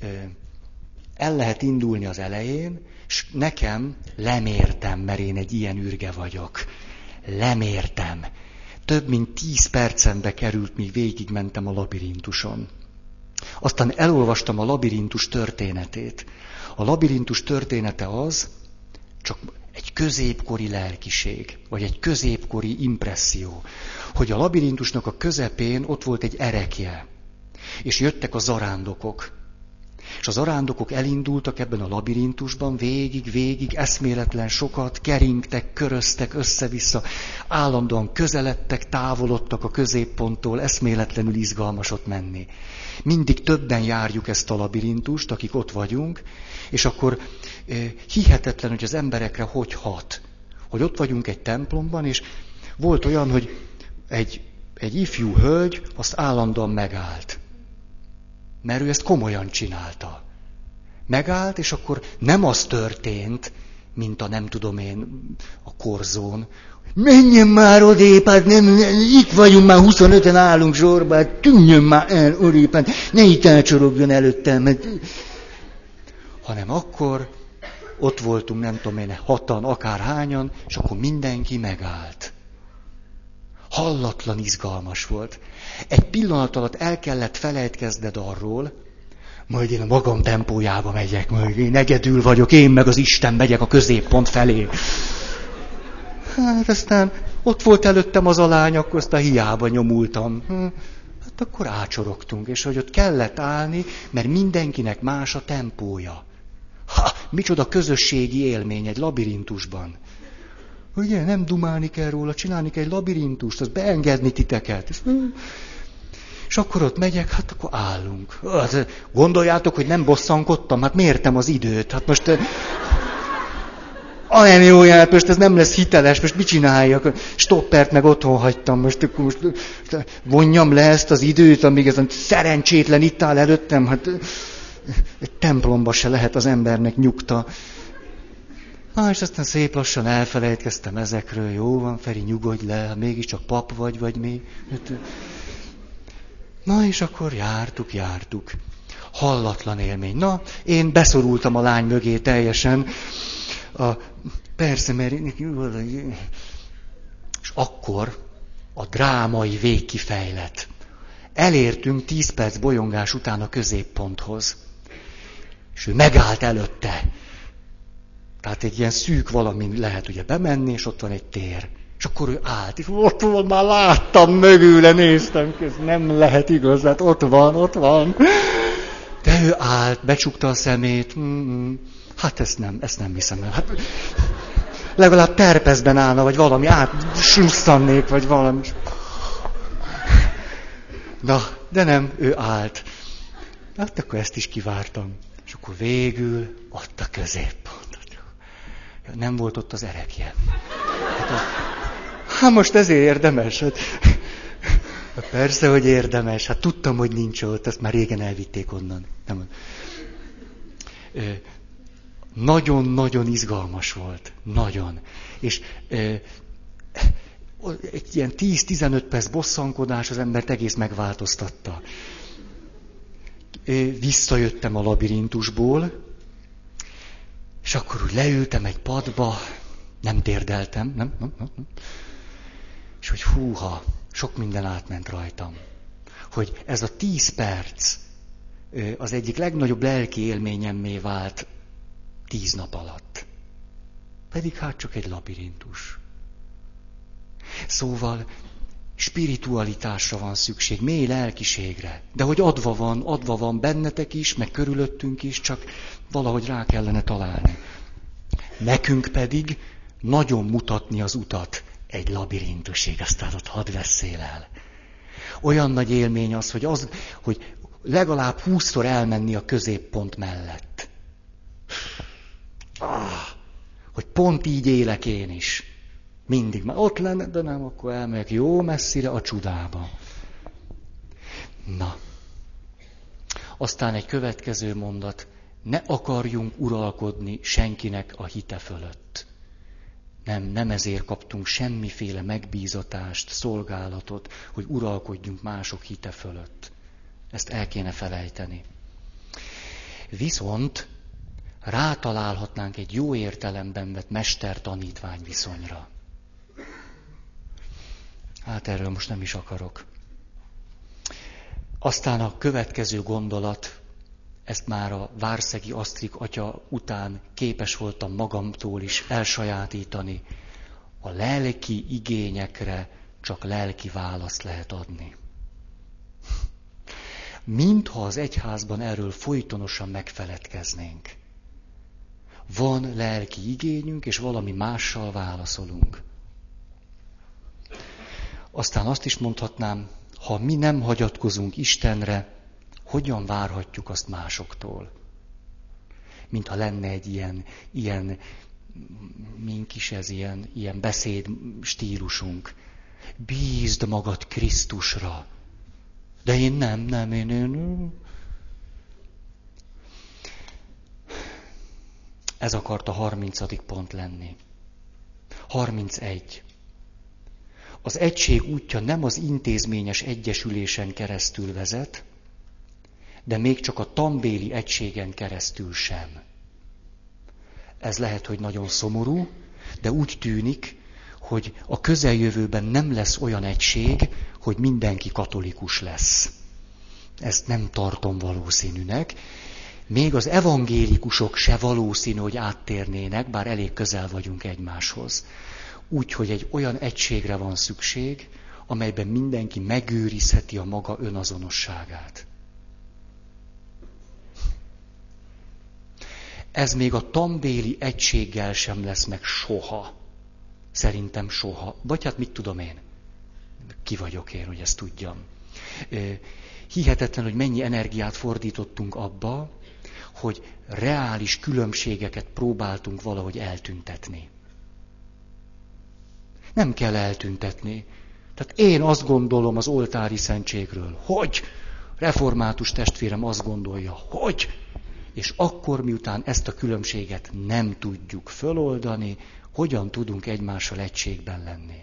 El lehet indulni az elején, és nekem lemértem, mert én egy ilyen ürge vagyok. Lemértem. Több mint tíz percembe került, míg végigmentem a labirintuson. Aztán elolvastam a labirintus történetét. A labirintus története az, csak egy középkori lelkiség, vagy egy középkori impresszió, hogy a labirintusnak a közepén ott volt egy erekje, és jöttek a zarándokok. És az zarándokok elindultak ebben a labirintusban, végig, végig, eszméletlen sokat, keringtek, köröztek össze-vissza, állandóan közeledtek, távolodtak a középponttól, eszméletlenül izgalmas ott menni. Mindig többen járjuk ezt a labirintust, akik ott vagyunk, és akkor eh, hihetetlen, hogy az emberekre hogy hat. Hogy ott vagyunk egy templomban, és volt olyan, hogy egy, egy ifjú hölgy azt állandóan megállt. Mert ő ezt komolyan csinálta. Megállt, és akkor nem az történt, mint a nem tudom én, a korzón. Menjen már odébb, hát nem, itt vagyunk, már huszonöten állunk sorba, hát tűnjön már el odébb, hát ne itt elcsorogjon előttem. Hát. Hanem akkor ott voltunk, nem tudom én, hatan, akárhányan, és akkor mindenki megállt. Hallatlan izgalmas volt. Egy pillanat alatt el kellett felejtkezned arról, majd én a magam tempójába megyek, majd én egyedül vagyok, én meg az Isten megyek a középpont felé. Hát aztán ott volt előttem az a lány, akkor aztán hiába nyomultam. Hát akkor ácsorogtunk, és hogy ott kellett állni, mert mindenkinek más a tempója. Ha, micsoda közösségi élmény egy labirintusban. Ugye, nem dumálni kell róla, csinálni kell egy labirintust, az beengedni titeket. És akkor ott megyek, hát akkor állunk. Gondoljátok, hogy nem bosszankodtam? Hát mértem az időt. Hát most... Olyan jó járt, most ez nem lesz hiteles, most mit csináljak? Stoppert meg otthon hagytam, most, akkor most vonjam le ezt az időt, amíg ez a szerencsétlen itt áll előttem. Hát egy templomba se lehet az embernek nyugta. Na, és aztán szép lassan elfelejtkeztem ezekről. Jó van, Feri, nyugodj le, mégiscsak pap vagy, vagy mi. Na, és akkor jártuk, jártuk. Hallatlan élmény. Na, én beszorultam a lány mögé teljesen. A, persze, mert... És akkor a drámai végkifejlet. Elértünk tíz perc bolyongás után a középponthoz. És ő megállt előtte. Tehát egy ilyen szűk valamin lehet ugye bemenni, és ott van egy tér. És akkor ő állt, és ott van, már láttam mögüle, néztem, ez nem lehet igaz, hát ott van, ott van. De ő állt, becsukta a szemét, mm-mm. Hát ezt nem, ezt nem hiszem el. Hát, legalább terpezben állna, vagy valami, átslusszannék, vagy valami. Na, de nem, ő állt. Hát akkor ezt is kivártam. És akkor végül ott a középpont. Nem volt ott az erekje. Hát, a... hát most ezért érdemes. Hát... hát persze, hogy érdemes. Hát tudtam, hogy nincs ott, ezt már régen elvitték onnan. Nem. Nagyon-nagyon izgalmas volt. Nagyon. És egy ilyen tíz-tizenöt perc bosszankodás az embert egész megváltoztatta. Visszajöttem a labirintusból, és akkor úgy leültem egy padba, nem térdeltem, nem, nem, nem, nem. És És hogy húha, sok minden átment rajtam. Hogy ez a tíz perc az egyik legnagyobb lelki élményemmé vált tíz nap alatt. Pedig hát csak egy labirintus. Szóval spiritualitásra van szükség, mély lelkiségre. De hogy adva van, adva van bennetek is, meg körülöttünk is, csak valahogy rá kellene találni. Nekünk pedig nagyon mutatni az utat egy labirintusig, aztán ott hadd vesszél el. Olyan nagy élmény az, hogy, az, hogy legalább húszszor elmenni a középpont mellett. Ah, hogy pont így élek én is. Mindig már ott lenne, de nem, akkor elmegyek jó messzire a csudába. Na. Aztán egy következő mondat. Ne akarjunk uralkodni senkinek a hite fölött. Nem, nem ezért kaptunk semmiféle megbízatást, szolgálatot, hogy uralkodjunk mások hite fölött. Ezt el kéne felejteni. Viszont rátalálhatnánk egy jó értelemben vett mester-tanítvány viszonyra. Hát erről most nem is akarok. Aztán a következő gondolat, ezt már a Várszegi Asztrik atya után képes voltam magamtól is elsajátítani. A lelki igényekre csak lelki választ lehet adni. Mintha az egyházban erről folytonosan megfeledkeznénk. Van lelki igényünk, és valami mással válaszolunk. Aztán azt is mondhatnám, ha mi nem hagyatkozunk Istenre, hogyan várhatjuk azt másoktól? Mintha lenne egy ilyen, ilyen mink is ez, ilyen, ilyen beszéd stílusunk. Bízd magad Krisztusra. De én nem, nem, én, én... Ez akart a harmincadik pont lenni. harmincegy. Az egység útja nem az intézményes egyesülésen keresztül vezet, de még csak a tanbéli egységen keresztül sem. Ez lehet, hogy nagyon szomorú, de úgy tűnik, hogy a közeljövőben nem lesz olyan egység, hogy mindenki katolikus lesz. Ezt nem tartom valószínűnek. Még az evangélikusok se valószínű, hogy áttérnének, bár elég közel vagyunk egymáshoz. Úgyhogy egy olyan egységre van szükség, amelyben mindenki megőrizheti a maga önazonosságát. Ez még a tanbéli egységgel sem lesz meg soha. Szerintem soha. Vagy hát mit tudom én? Ki vagyok én, hogy ezt tudjam. Hihetetlen, hogy mennyi energiát fordítottunk abba, hogy reális különbségeket próbáltunk valahogy eltüntetni. Nem kell eltüntetni. Tehát én azt gondolom az oltári szentségről, hogy református testvérem azt gondolja, hogy, és akkor miután ezt a különbséget nem tudjuk föloldani, hogyan tudunk egymással egységben lenni.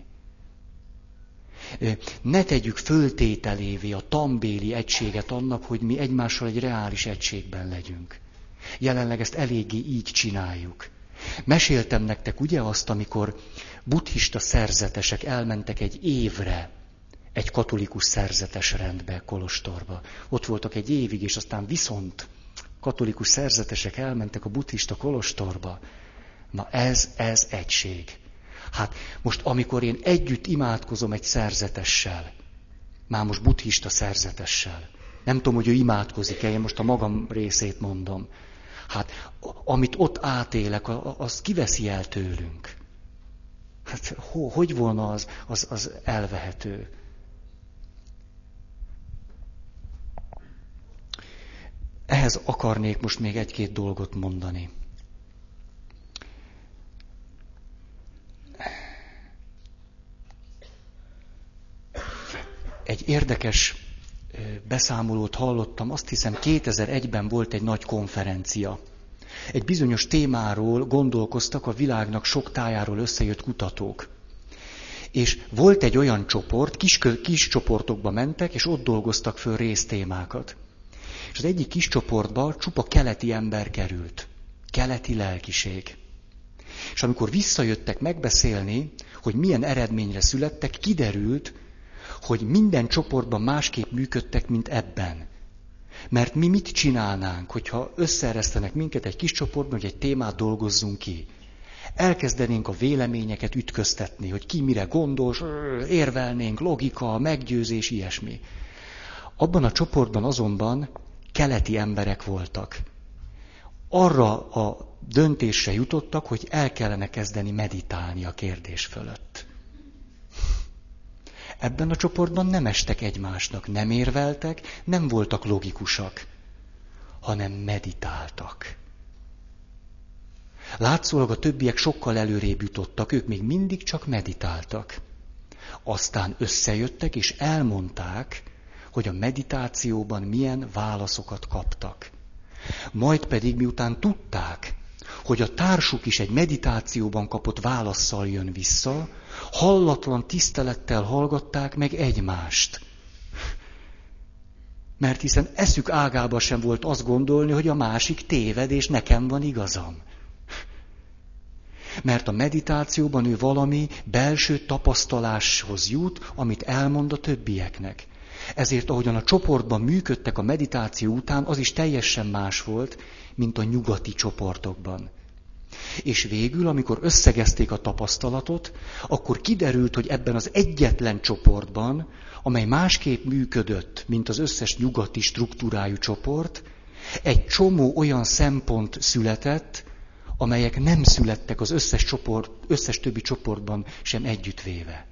Ne tegyük föltételévé a tanbéli egységet annak, hogy mi egymással egy reális egységben legyünk. Jelenleg ezt eléggé így csináljuk. Meséltem nektek ugye azt, amikor buddhista szerzetesek elmentek egy évre egy katolikus szerzetes rendbe, kolostorba. Ott voltak egy évig, és aztán viszont katolikus szerzetesek elmentek a buddhista kolostorba. Na ez, ez egység. Hát most, amikor én együtt imádkozom egy szerzetessel, már most buddhista szerzetessel, nem tudom, hogy ő imádkozik-e, én most a magam részét mondom. Hát, amit ott átélek, az kiveszi el tőlünk. Hát, hogy volna az, az, az elvehető? Ehhez akarnék most még egy-két dolgot mondani. Egy érdekes beszámolót hallottam, azt hiszem kétezer-egyben volt egy nagy konferencia. Egy bizonyos témáról gondolkoztak a világnak sok tájáról összejött kutatók. És volt egy olyan csoport, kis, kis csoportokba mentek, és ott dolgoztak föl résztémákat. És az egyik kis csoportba csupa keleti ember került. Keleti lelkiség. És amikor visszajöttek megbeszélni, hogy milyen eredményre születtek, kiderült, hogy minden csoportban másképp működtek, mint ebben. Mert mi mit csinálnánk, hogyha összeeresztenek minket egy kis csoportban, hogy egy témát dolgozzunk ki? Elkezdenénk a véleményeket ütköztetni, hogy ki mire gondol, érvelnénk, logika, meggyőzés, ilyesmi. Abban a csoportban azonban keleti emberek voltak. Arra a döntésre jutottak, hogy el kellene kezdeni meditálni a kérdés fölött. Ebben a csoportban nem estek egymásnak, nem érveltek, nem voltak logikusak, hanem meditáltak. Látszólag a többiek sokkal előrébb jutottak, ők még mindig csak meditáltak. Aztán összejöttek és elmondták, hogy a meditációban milyen válaszokat kaptak. Majd pedig miután tudták, hogy a társuk is egy meditációban kapott válasszal jön vissza, hallatlan tisztelettel hallgatták meg egymást. Mert hiszen eszük ágába sem volt azt gondolni, hogy a másik téved, és nekem van igazam. Mert a meditációban ő valami belső tapasztaláshoz jut, amit elmond a többieknek. Ezért, ahogyan a csoportban működtek a meditáció után, az is teljesen más volt, mint a nyugati csoportokban. És végül, amikor összegezték a tapasztalatot, akkor kiderült, hogy ebben az egyetlen csoportban, amely másképp működött, mint az összes nyugati struktúrájú csoport, egy csomó olyan szempont született, amelyek nem születtek az összes, csoport, összes többi csoportban sem együttvéve.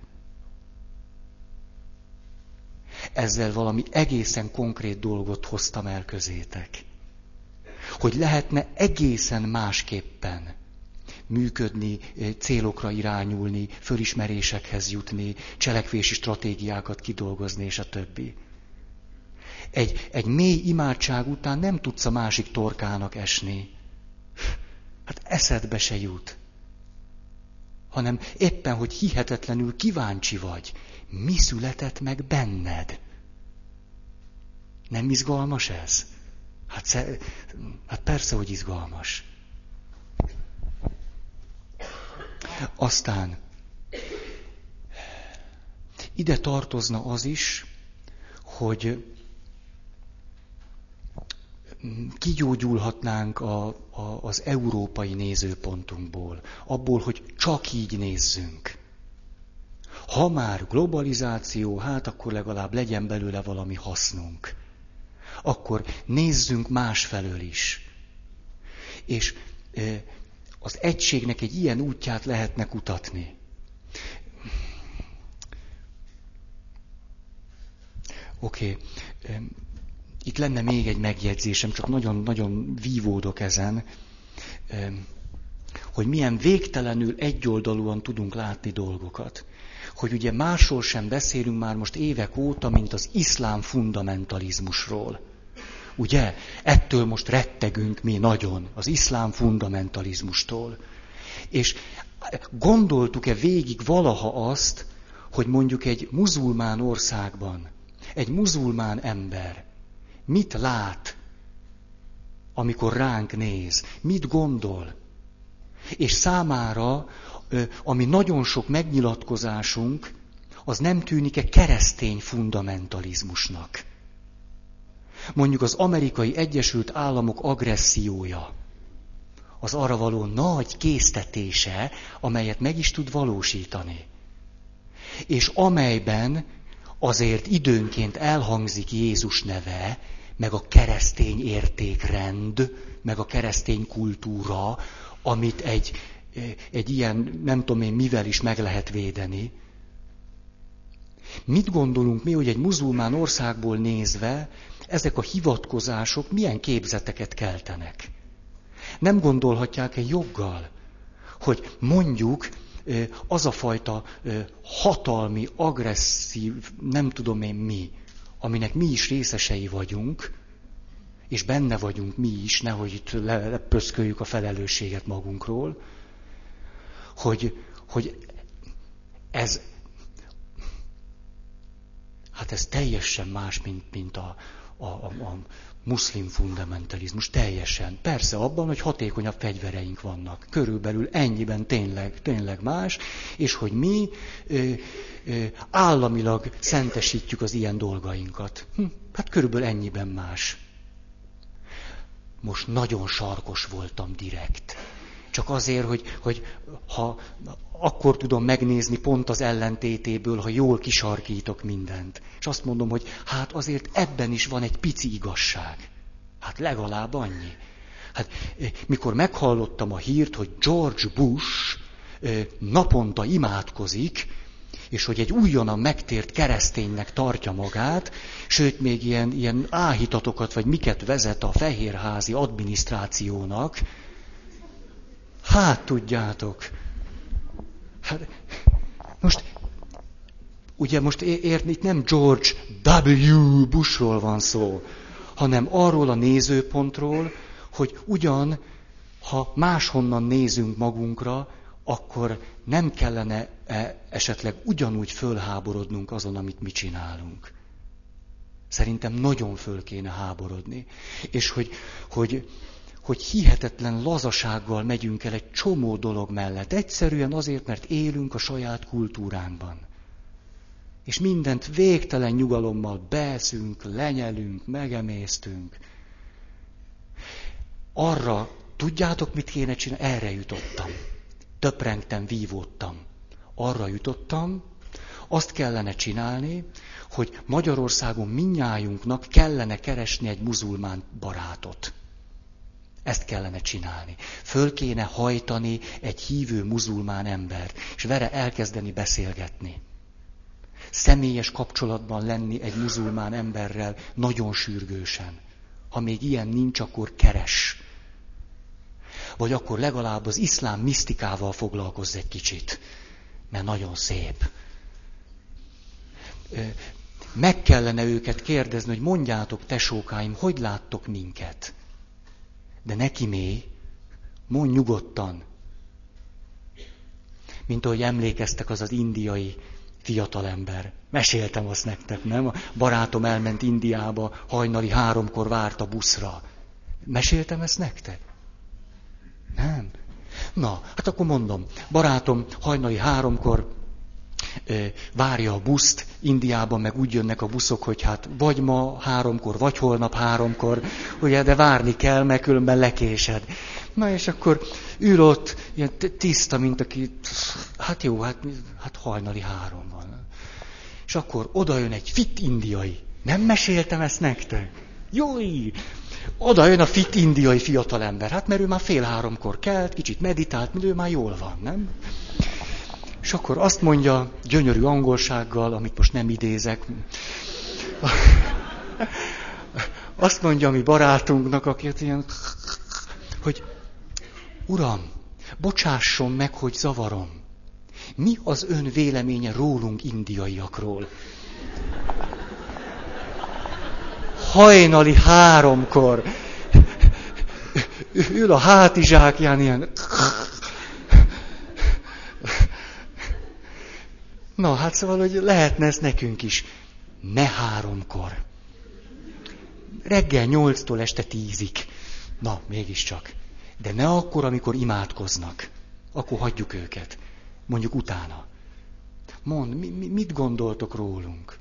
Ezzel valami egészen konkrét dolgot hoztam el közétek. Hogy lehetne egészen másképpen működni, célokra irányulni, fölismerésekhez jutni, cselekvési stratégiákat kidolgozni, és a többi. Egy, egy mély imádság után nem tudsz a másik torkának esni. Hát eszedbe se jut. Hanem éppen, hogy hihetetlenül kíváncsi vagy. Mi született meg benned? Nem izgalmas ez? Hát, hát persze, hogy izgalmas. Aztán ide tartozna az is, hogy kigyógyulhatnánk a, a, az európai nézőpontunkból, abból, hogy csak így nézzünk. Ha már globalizáció, hát akkor legalább legyen belőle valami hasznunk. Akkor nézzünk másfelől is. És az egységnek egy ilyen útját lehetne kutatni. Oké. Okay. Itt lenne még egy megjegyzésem, csak nagyon-nagyon vívódok ezen, hogy milyen végtelenül egyoldalúan tudunk látni dolgokat. Hogy ugye másról sem beszélünk már most évek óta, mint az iszlám fundamentalizmusról. Ugye? Ettől most rettegünk mi nagyon, az iszlám fundamentalizmustól. És gondoltuk-e végig valaha azt, hogy mondjuk egy muzulmán országban, egy muzulmán ember mit lát, amikor ránk néz, mit gondol? És számára, ami nagyon sok megnyilatkozásunk, az nem tűnik-e keresztény fundamentalizmusnak? Mondjuk az Amerikai Egyesült Államok agressziója, az arra való nagy késztetése, amelyet meg is tud valósítani. És amelyben azért időnként elhangzik Jézus neve, meg a keresztény értékrend, meg a keresztény kultúra, amit egy, egy ilyen, nem tudom én, mivel is meg lehet védeni. Mit gondolunk mi, hogy egy muzulmán országból nézve ezek a hivatkozások milyen képzeteket keltenek? Nem gondolhatják-e joggal, hogy mondjuk az a fajta hatalmi, agresszív, nem tudom én mi, aminek mi is részesei vagyunk, és benne vagyunk mi is, nehogy itt lepöszköljük a felelősséget magunkról, hogy, hogy ez, hát ez teljesen más, mint, mint a, a, a, a muszlim fundamentalizmus teljesen. Persze abban, hogy hatékonyabb fegyvereink vannak. Körülbelül ennyiben tényleg, tényleg más, és hogy mi ö, ö, államilag szentesítjük az ilyen dolgainkat. Hm, hát körülbelül ennyiben más. Most nagyon sarkos voltam direkt. Csak azért, hogy, hogy ha akkor tudom megnézni pont az ellentétéből, ha jól kisarkítok mindent. És azt mondom, hogy hát azért ebben is van egy pici igazság. Hát legalább annyi. Hát mikor meghallottam a hírt, hogy George Bush naponta imádkozik, és hogy egy újonnan megtért kereszténynek tartja magát, sőt még ilyen, ilyen áhítatokat, vagy miket vezet a fehérházi adminisztrációnak, hát tudjátok, hát most, ugye most értni, itt nem George W. Bushról van szó, hanem arról a nézőpontról, hogy ugyan, ha máshonnan nézünk magunkra, akkor nem kellene esetleg ugyanúgy fölháborodnunk azon, amit mi csinálunk. Szerintem nagyon föl kéne háborodni. És hogy, hogy, hogy hihetetlen lazasággal megyünk el egy csomó dolog mellett. Egyszerűen azért, mert élünk a saját kultúránkban. És mindent végtelen nyugalommal beszünk, lenyelünk, megemésztünk. Arra, tudjátok, mit kéne csinálni? Erre jutottam. Töprengtem, vívódtam. Arra jutottam, azt kellene csinálni, hogy Magyarországon mindnyájunknak kellene keresni egy muzulmán barátot. Ezt kellene csinálni. Föl kéne hajtani egy hívő muzulmán embert, és vele elkezdeni beszélgetni. Személyes kapcsolatban lenni egy muzulmán emberrel nagyon sürgősen. Ha még ilyen nincs, akkor keres. Vagy akkor legalább az iszlám misztikával foglalkozz egy kicsit, mert nagyon szép. Meg kellene őket kérdezni, hogy mondjátok, tesókáim, hogy láttok minket? De neki mély, mondj nyugodtan. Mint ahogy emlékeztek, az az indiai fiatalember. Meséltem azt nektek, nem? A barátom elment Indiába, hajnali háromkor várt a buszra. Meséltem ezt nektek? Nem? Na, hát akkor mondom. Barátom hajnali háromkor ö, várja a buszt, Indiában meg úgy jönnek a buszok, hogy hát vagy ma háromkor, vagy holnap háromkor, ugye, de várni kell, mert különben lekésed. Na és akkor ül ott, ilyen tiszta, mint aki, hát jó, hát, hát hajnali három van. És akkor oda jön egy fit indiai. Nem meséltem ezt nektek? Jói! Oda jön a fit indiai fiatalember. Hát mert ő már fél háromkor kelt, kicsit meditált, ő már jól van, nem? És akkor azt mondja, gyönyörű angolsággal, amit most nem idézek, azt mondja a mi barátunknak, aki ilyen, hogy Uram, bocsásson meg, hogy zavarom. Mi az ön véleménye rólunk indiaiakról? Hajnali háromkor. Ül a hátizsákján ilyen. Na, hát szóval, hogy lehetne ez nekünk is. Ne háromkor. Reggel nyolctól este tízig. Na, mégiscsak. De ne akkor, amikor imádkoznak. Akkor hagyjuk őket. Mondjuk utána. Mondd, mi, mi, mit gondoltok rólunk?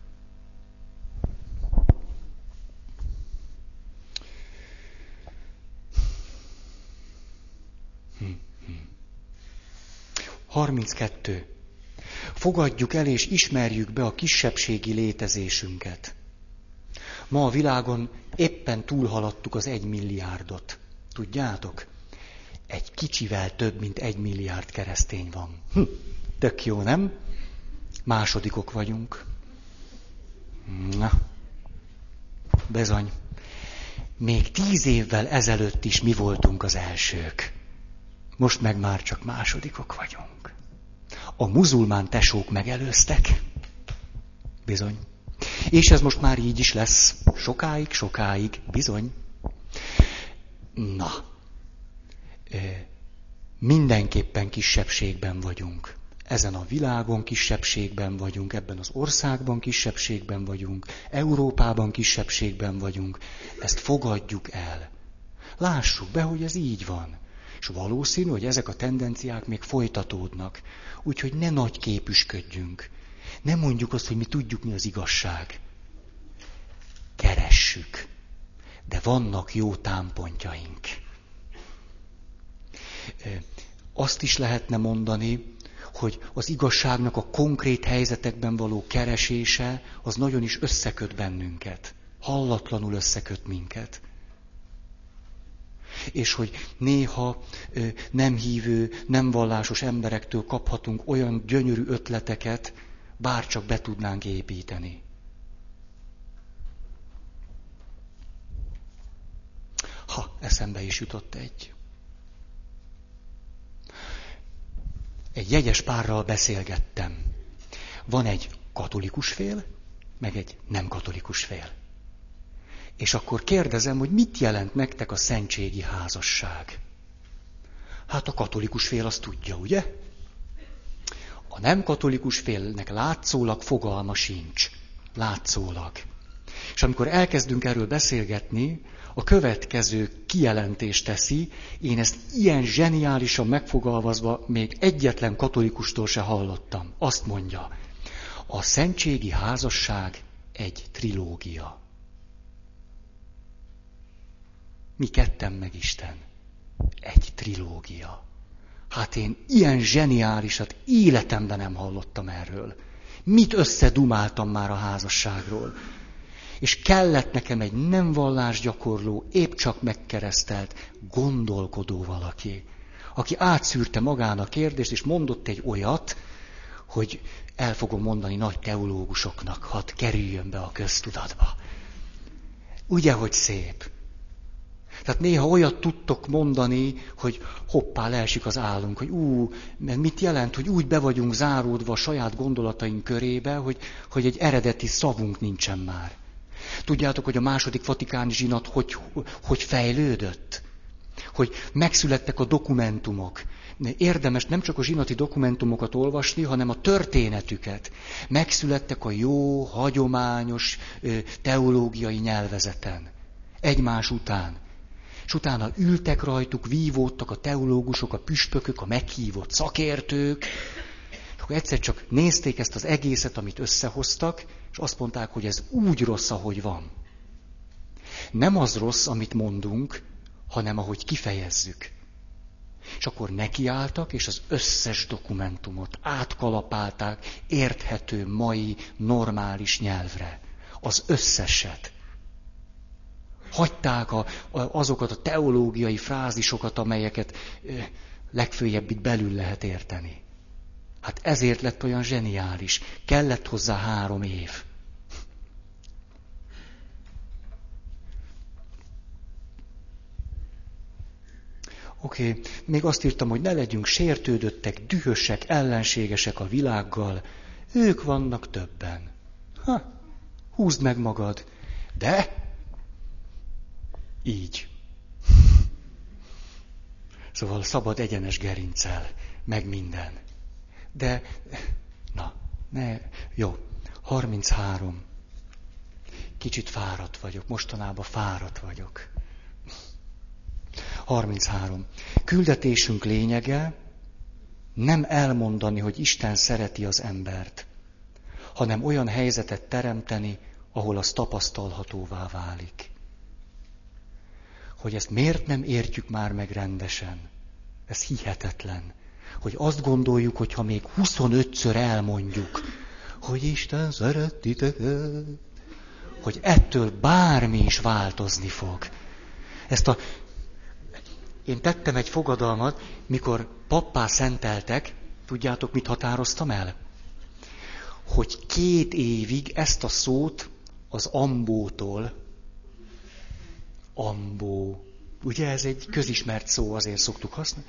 Hm, hm. harminckettő. Fogadjuk el és ismerjük be a kisebbségi létezésünket. Ma a világon éppen túlhaladtuk az egy milliárdot. Tudjátok? Egy kicsivel több, mint egy milliárd keresztény van. Hm, tök jó, nem? Másodikok vagyunk. Na, bizony. Még tíz évvel ezelőtt is mi voltunk az elsők. Most meg már csak másodikok vagyunk. A muzulmán tesók megelőztek. Bizony. És ez most már így is lesz. Sokáig, sokáig. Bizony. Na. Mindenképpen kisebbségben vagyunk. Ezen a világon kisebbségben vagyunk, ebben az országban kisebbségben vagyunk, Európában kisebbségben vagyunk. Ezt fogadjuk el. Lássuk be, hogy ez így van. És valószínű, hogy ezek a tendenciák még folytatódnak. Úgyhogy ne nagy képüsködjünk. Ne mondjuk azt, hogy mi tudjuk, mi az igazság. Keressük. De vannak jó támpontjaink. Azt is lehetne mondani, hogy az igazságnak a konkrét helyzetekben való keresése, az nagyon is összeköt bennünket. Hallatlanul összeköt minket. És hogy néha nem hívő, nem vallásos emberektől kaphatunk olyan gyönyörű ötleteket, bárcsak be tudnánk építeni. Ha, eszembe is jutott egy. Egy jegyes párral beszélgettem. Van egy katolikus fél, meg egy nem katolikus fél. És akkor kérdezem, hogy mit jelent nektek a szentségi házasság? Hát a katolikus fél azt tudja, ugye? A nem katolikus félnek látszólag fogalma sincs. Látszólag. És amikor elkezdünk erről beszélgetni, a következő kijelentést teszi, én ezt ilyen zseniálisan megfogalmazva még egyetlen katolikustól se hallottam. Azt mondja, a szentségi házasság egy trilógia. Mi ketten meg Isten. Egy trilógia. Hát én ilyen zseniálisat életemben nem hallottam erről. Mit összedumáltam már a házasságról? És kellett nekem egy nem vallásgyakorló, épp csak megkeresztelt, gondolkodó valaki, aki átszűrte magán a kérdést, és mondott egy olyat, hogy el fogom mondani nagy teológusoknak, hadd kerüljön be a köztudatba. Ugye, hogy szép? Tehát néha olyat tudtok mondani, hogy hoppá, leesik az állunk, hogy ú, mert mit jelent, hogy úgy be vagyunk záródva a saját gondolataink körébe, hogy, hogy egy eredeti szavunk nincsen már. Tudjátok, hogy a második vatikáni zsinat hogy, hogy fejlődött? Hogy megszülettek a dokumentumok. Érdemes nem csak a zsinati dokumentumokat olvasni, hanem a történetüket. Megszülettek a jó, hagyományos teológiai nyelvezeten. Egymás után. És utána ültek rajtuk, vívódtak a teológusok, a püspökök, a meghívott szakértők. És akkor egyszer csak nézték ezt az egészet, amit összehoztak, és azt mondták, hogy ez úgy rossz, ahogy van. Nem az rossz, amit mondunk, hanem ahogy kifejezzük. És akkor nekiálltak, és az összes dokumentumot átkalapálták érthető, mai, normális nyelvre. Az összeset. Hagyták a, a, azokat a teológiai frázisokat, amelyeket eh, legfőjebb itt belül lehet érteni. Hát ezért lett olyan zseniális. Kellett hozzá három év. Oké, okay. Még azt írtam, hogy ne legyünk sértődöttek, dühösek, ellenségesek a világgal. Ők vannak többen. Ha, húzd meg magad. De így. Szóval szabad egyenes gerinccel, meg minden. De, na, ne, jó, harminchárom. Kicsit fáradt vagyok, mostanában fáradt vagyok. harminchárom. Küldetésünk lényege nem elmondani, hogy Isten szereti az embert, hanem olyan helyzetet teremteni, ahol az tapasztalhatóvá válik. Hogy ezt miért nem értjük már meg rendesen? Ez hihetetlen. Hogy azt gondoljuk, hogy ha még huszonötször elmondjuk, hogy Isten szeret titeket, hogy ettől bármi is változni fog. Ezt a... Én tettem egy fogadalmat, mikor pappá szenteltek, tudjátok, mit határoztam el? Hogy két évig ezt a szót az ambótól, ambó, ugye ez egy közismert szó, azért szoktuk használni.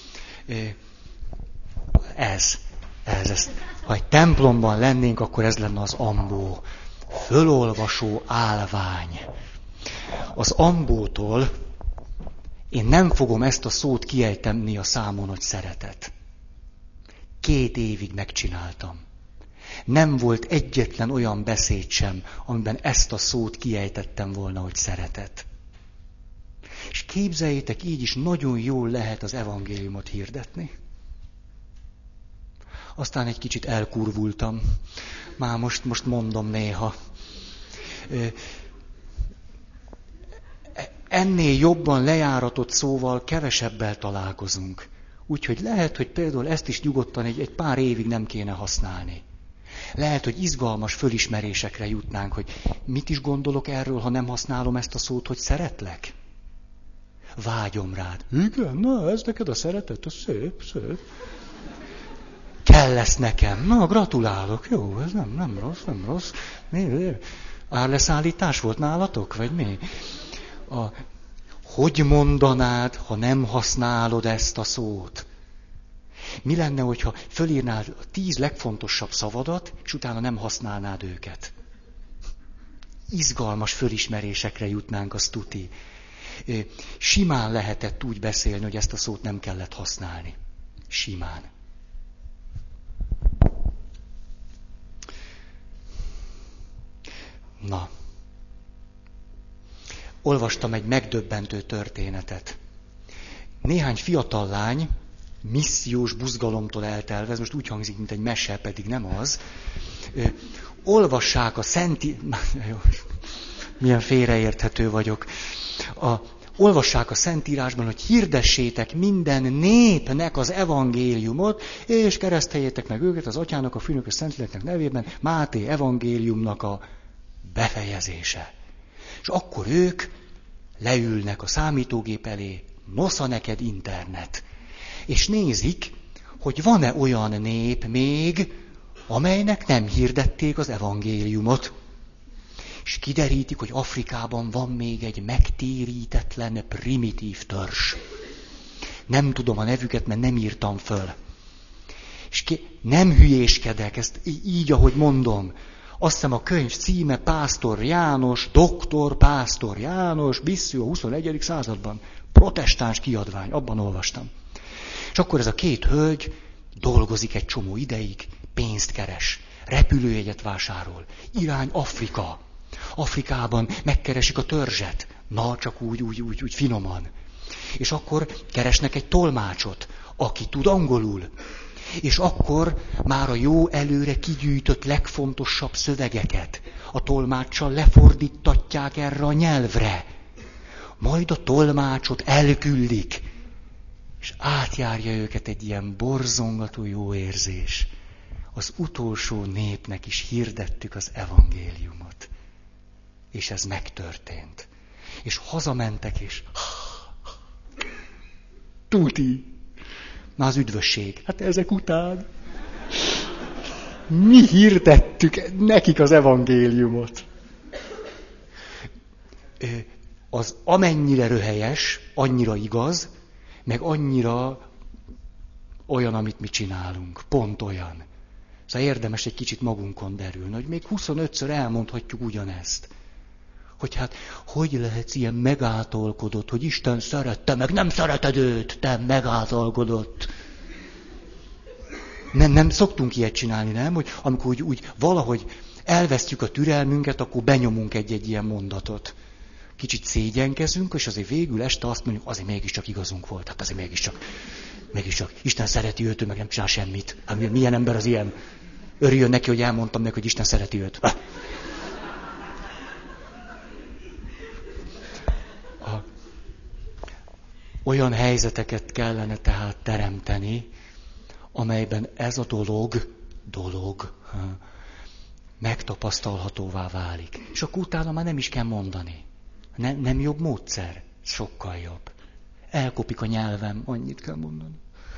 Ez, ez, ez. Ha egy templomban lennénk, akkor ez lenne az ambó. Fölolvasó állvány. Az ambótól én nem fogom ezt a szót kiejteni a számon, hogy szeretet. Két évig megcsináltam. Nem volt egyetlen olyan beszéd sem, amiben ezt a szót kiejtettem volna, hogy szeretet. És képzeljétek, így is nagyon jól lehet az evangéliumot hirdetni. Aztán egy kicsit elkurvultam. Már most, most mondom néha. Ennél jobban lejáratott szóval kevesebbel találkozunk. Úgyhogy lehet, hogy például ezt is nyugodtan egy, egy pár évig nem kéne használni. Lehet, hogy izgalmas fölismerésekre jutnánk, hogy mit is gondolok erről, ha nem használom ezt a szót, hogy szeretlek. Vágyom rád. Igen, na ez neked a szeretet, az szép, szép. Kell lesz nekem. Na, gratulálok. Jó, ez nem, nem rossz, nem rossz. Mi, mi? Árleszállítás volt nálatok, vagy mi? A, hogy mondanád, ha nem használod ezt a szót? Mi lenne, hogyha fölírnád a tíz legfontosabb szavadat, és utána nem használnád őket? Izgalmas fölismerésekre jutnánk, az tuti. Simán lehetett úgy beszélni, hogy ezt a szót nem kellett használni. Simán. Na. Olvastam egy megdöbbentő történetet. Néhány fiatal lány, missziós buzgalomtól eltelve, ez most úgy hangzik, mint egy mese, pedig nem az, ö, olvassák a Szenti... Milyen félreérthető vagyok. A, olvassák a Szentírásban, hogy hirdessétek minden népnek az evangéliumot, és kereszteljétek meg őket az Atyának, a Fiúnak, a Szentléleknek nevében, Máté evangéliumnak a befejezése. És akkor ők leülnek a számítógép elé, nosza neked internet, és nézik, hogy van-e olyan nép még, amelynek nem hirdették az evangéliumot. És kiderítik, hogy Afrikában van még egy megtérítetlen primitív törzs. Nem tudom a nevüket, mert nem írtam föl. És ki, nem hülyéskedek, ezt így, ahogy mondom. Azt hiszem a könyv címe Pásztor János, doktor Pásztor János, Bisszió a huszonegyedik században. Protestáns kiadvány, abban olvastam. És akkor ez a két hölgy dolgozik egy csomó ideig, pénzt keres, repülőjegyet vásárol, irány Afrika. Afrikában megkeresik a törzset, na csak úgy, úgy, úgy, úgy finoman. És akkor keresnek egy tolmácsot, aki tud angolul. És akkor már a jó előre kigyűjtött legfontosabb szövegeket a tolmáccsal lefordítatják erre a nyelvre. Majd a tolmácsot elküldik, és átjárja őket egy ilyen borzongató jó érzés. Az utolsó népnek is hirdettük az evangéliumot. És ez megtörtént. És hazamentek, és tuti. Na az üdvösség. Hát ezek után mi hirdettük nekik az evangéliumot. Az amennyire röhelyes, annyira igaz, meg annyira olyan, amit mi csinálunk. Pont olyan. Szóval érdemes egy kicsit magunkon derülni, hogy még huszonötször elmondhatjuk ugyanezt. Hogy hát, hogy lehetsz ilyen megáltalkodott, hogy Isten szerette, meg nem szereted őt, te megáltalkodott. Nem, nem szoktunk ilyet csinálni, nem? Hogy amikor úgy, úgy valahogy elvesztjük a türelmünket, akkor benyomunk egy-egy ilyen mondatot. Kicsit szégyenkezünk, és azért végül este azt mondjuk, azért mégiscsak igazunk volt. Hát azért mégiscsak, mégiscsak. Isten szereti őt, ő meg nem csinál semmit. Hát milyen ember az ilyen? Örüljön neki, hogy elmondtam neki, hogy Isten szereti őt. Ah. Olyan helyzeteket kellene tehát teremteni, amelyben ez a dolog, dolog, megtapasztalhatóvá válik. És akkor utána már nem is kell mondani. Nem, nem jobb módszer? Sokkal jobb. Elkopik a nyelvem, annyit kell mondani.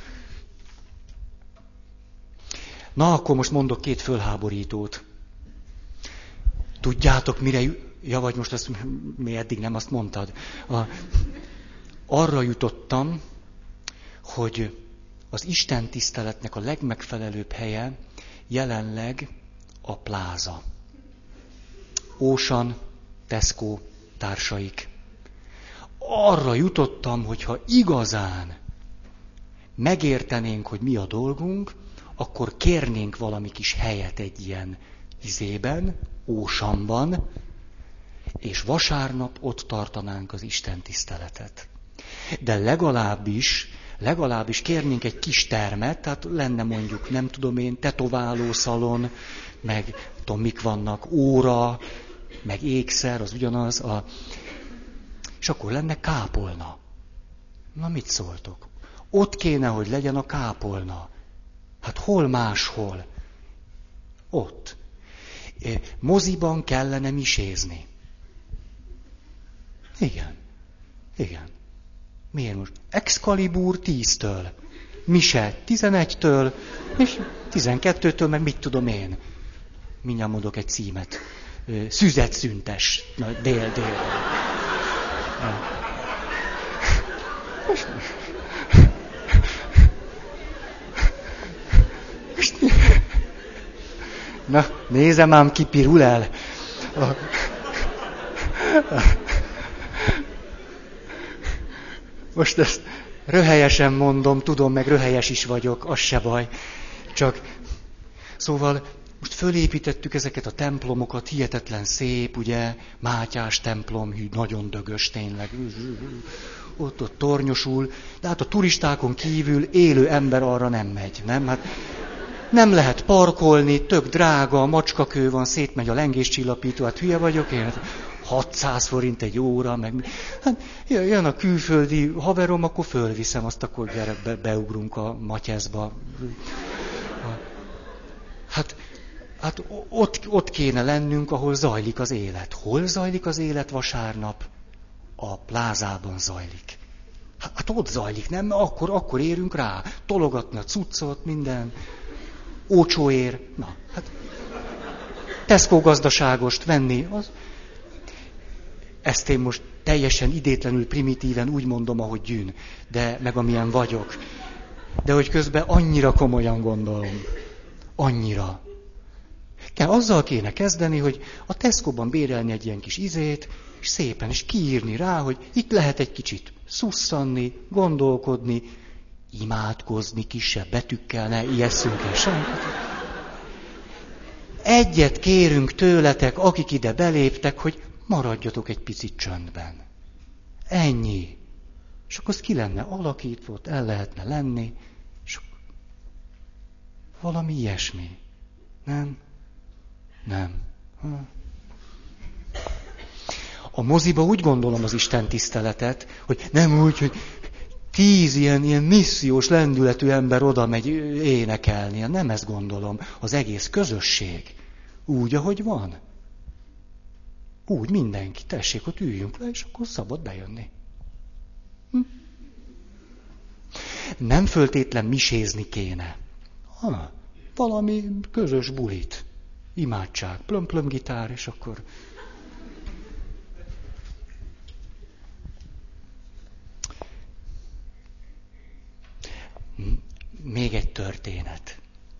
Na, akkor most mondok két fölháborítót. Tudjátok, mire... Ja, vagy most ezt mi eddig nem azt mondtad. A... Arra jutottam, hogy az Isten tiszteletnek a legmegfelelőbb helye jelenleg a pláza. Ocean, Tesco, társaik. Arra jutottam, hogy ha igazán megértenénk, hogy mi a dolgunk, akkor kérnénk valami kis helyet egy ilyen izében, ósamban, és vasárnap ott tartanánk az Isten tiszteletet. De legalábbis, legalábbis kérnénk egy kis termet, tehát lenne mondjuk, nem tudom én, tetoválószalon, meg tudom, mik vannak, óra, meg ékszer, az ugyanaz, a... és akkor lenne kápolna. Na mit szóltok? Ott kéne, hogy legyen a kápolna. Hát hol máshol? Ott. Moziban kellene misézni. Igen. Igen. Miért most? Excalibur tíztől, mise tizenegytől, és tizenkettőtől, meg mit tudom én. Mindjárt mondok egy címet. Szüzetszüntes. Na, dél, dél. Na, nézem ám, ki pirul el. Most ezt röhelyesen mondom, tudom, meg röhelyes is vagyok, az se baj. Csak, szóval most fölépítettük ezeket a templomokat, hihetetlen szép, ugye, Mátyás templom, hű, nagyon dögös tényleg, ott, ott tornyosul, de hát a turistákon kívül élő ember arra nem megy, nem? Hát nem lehet parkolni, tök drága, a macskakő van, szétmegy a lengéscsillapító, hát hülye vagyok én, hatszáz forint egy óra, meg... Hát jön a külföldi haverom, akkor fölviszem, azt akkor gyere, be, beugrunk a Matyeszba. Hát, hát ott, ott kéne lennünk, ahol zajlik az élet. Hol zajlik az élet vasárnap? A plázában zajlik. Hát ott zajlik, nem? Akkor, akkor érünk rá. Tologatni a cuccot, minden. Ócsóér. Na, hát... Tesco gazdaságost venni, az... Ezt én most teljesen idétlenül, primitíven úgy mondom, ahogy gyűn, de meg amilyen vagyok. De hogy közben annyira komolyan gondolom. Annyira. Kell, azzal kéne kezdeni, hogy a Tesco-ban bérelni egy ilyen kis izét, és szépen, és kiírni rá, hogy itt lehet egy kicsit szusszanni, gondolkodni, imádkozni kisebb betűkkel, ne ijesszünk el semmit. Egyet kérünk tőletek, akik ide beléptek, hogy maradjatok egy picit csöndben. Ennyi. És akkor az ki lenne alakítva, ott el lehetne lenni, és valami ilyesmi. Nem? Nem. A moziba úgy gondolom az Isten tiszteletet, hogy nem úgy, hogy tíz ilyen, ilyen missziós lendületű ember oda megy énekelni. Nem ezt gondolom. Az egész közösség. Úgy, ahogy van. Úgy mindenki. Tessék, ott üljünk le, és akkor szabad bejönni. Hm? Nem föltétlen misézni kéne. Ha, valami közös bulit. Imádság, plöm-plöm gitár, és akkor... Még egy történet.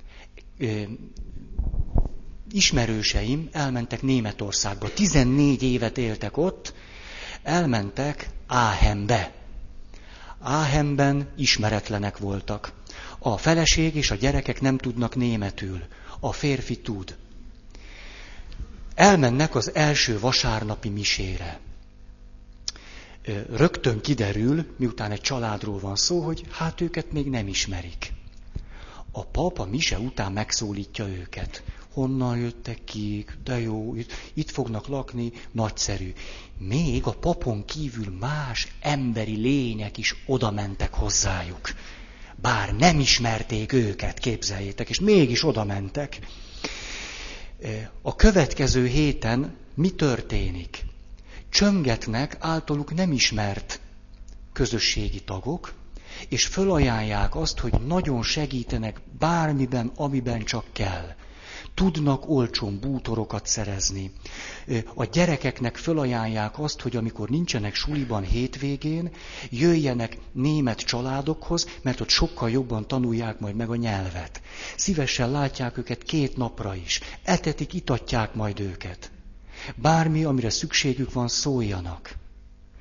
Ismerőseim elmentek Németországba, tizennégy évet éltek ott, elmentek Aachenbe. Aachenben ismeretlenek voltak. A feleség és a gyerekek nem tudnak németül, a férfi tud. Elmennek az első vasárnapi misére. Rögtön kiderül, miután egy családról van szó, hogy hát őket még nem ismerik. A pap a mise után megszólítja őket. Honnan jöttek ki, de jó, itt, itt fognak lakni, nagyszerű. Még a papon kívül más emberi lények is oda mentek hozzájuk. Bár nem ismerték őket, képzeljétek, és mégis oda mentek. A következő héten mi történik? Csöngetnek általuk nem ismert közösségi tagok, és fölajánlják azt, hogy nagyon segítenek bármiben, amiben csak kell. Tudnak olcsón bútorokat szerezni. A gyerekeknek fölajánlják azt, hogy amikor nincsenek suliban hétvégén, jöjjenek német családokhoz, mert ott sokkal jobban tanulják majd meg a nyelvet. Szívesen látják őket két napra is. Etetik, itatják majd őket. Bármi, amire szükségük van, szóljanak.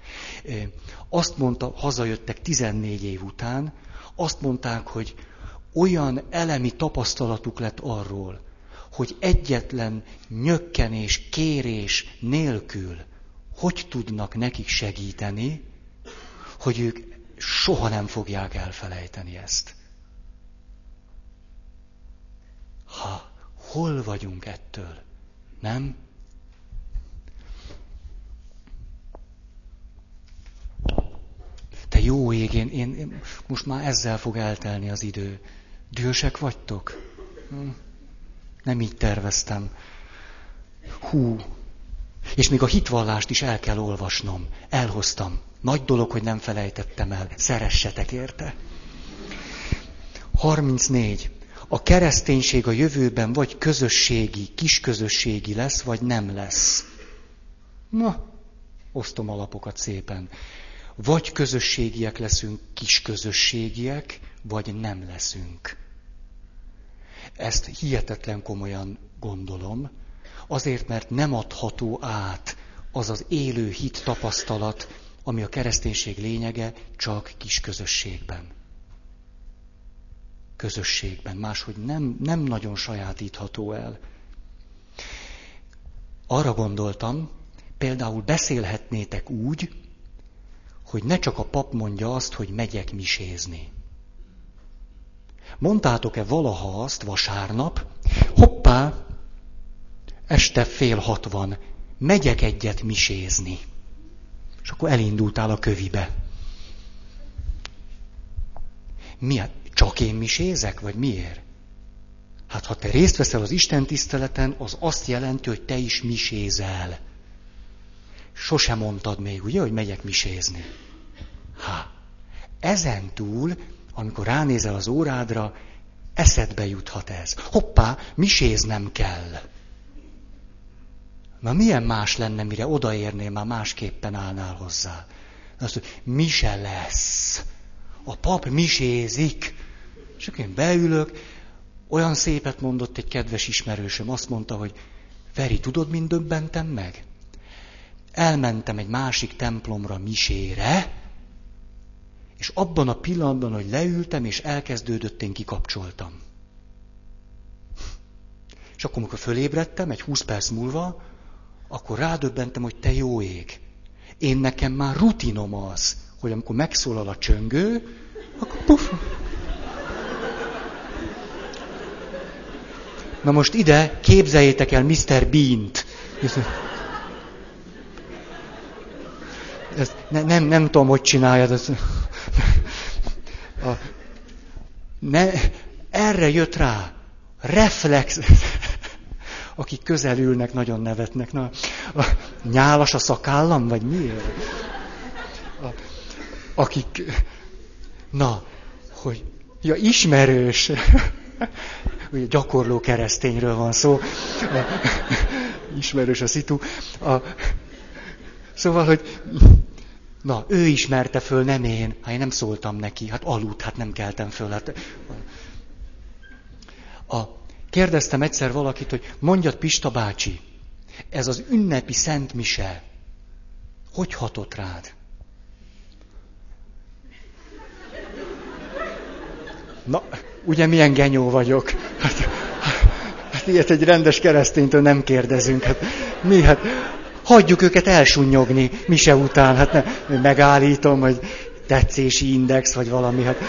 Azt mondta, hazajöttek tizennégy év után, azt mondták, hogy olyan elemi tapasztalatuk lett arról, hogy egyetlen nyökkenés, kérés nélkül hogy tudnak nekik segíteni, hogy ők soha nem fogják elfelejteni ezt. Ha, hol vagyunk ettől? Nem? Te jó ég, én, én, én most már ezzel fog eltelni az idő. Dühösek vagytok? Nem így terveztem. Hú. És még a hitvallást is el kell olvasnom. Elhoztam. Nagy dolog, hogy nem felejtettem el. Szeressetek érte. harmincnégy. A kereszténység a jövőben vagy közösségi, kisközösségi lesz, vagy nem lesz. Na, osztom a lapokat szépen. Vagy közösségiek leszünk, kisközösségiek, vagy nem leszünk. Ezt hihetetlen komolyan gondolom, azért, mert nem adható át az az élő hit tapasztalat, ami a kereszténység lényege, csak kisközösségben. Közösségben, máshogy nem, nem nagyon sajátítható el. Arra gondoltam, például beszélhetnétek úgy, hogy ne csak a pap mondja azt, hogy megyek misézni. Mondtátok-e valaha azt vasárnap, hoppá, este fél hat van, megyek egyet misézni. És akkor elindultál a kövibe. Miért? Csak én misézek, vagy miért? Hát ha te részt veszel az Isten tiszteleten, az azt jelenti, hogy te is misézel. Sose mondtad még, ugye, hogy megyek misézni. Há, ezen túl, amikor ránézel az órádra, eszedbe juthat ez. Hoppá, miséznem kell. Na milyen más lenne, mire odaérnél, már másképpen állnál hozzá. Azt mondja, mise lesz. A pap misézik. És akkor én beülök, olyan szépet mondott egy kedves ismerősöm, azt mondta, hogy Feri, tudod, mind döbbentem meg? Elmentem egy másik templomra misére, és abban a pillanatban, hogy leültem, és elkezdődött, én kikapcsoltam. És akkor, amikor fölébredtem, egy húsz perc múlva, akkor rádöbbentem, hogy te jó ég. Én nekem már rutinom az, hogy amikor megszólal a csöngő, akkor puf. Na most ide képzeljétek el miszter Beant. Ezt ne, nem, nem tudom, hogy csináljad. Ezt. A, ne, erre jött rá. Reflex. Akik közel ülnek, nagyon nevetnek. Na, a, nyálas a szakállam, vagy miért? A, akik... Na, hogy... Ja, ismerős. Ugye gyakorló keresztényről van szó. A, ismerős a szitu. A, szóval, hogy... Na, ő ismerte föl, nem én. Hát én nem szóltam neki. Hát aludt, hát nem keltem föl. Hát... A, kérdeztem egyszer valakit, hogy mondjad, Pista bácsi, ez az ünnepi Szent Mise, hogy hatott rád? Na, ugye milyen genyó vagyok? Hát, hát ilyet egy rendes kereszténytől nem kérdezünk. Hát mi? Hát hagyjuk őket elsunnyogni mise után. Hát ne, megállítom, hogy tetszési index, vagy valami. Hát...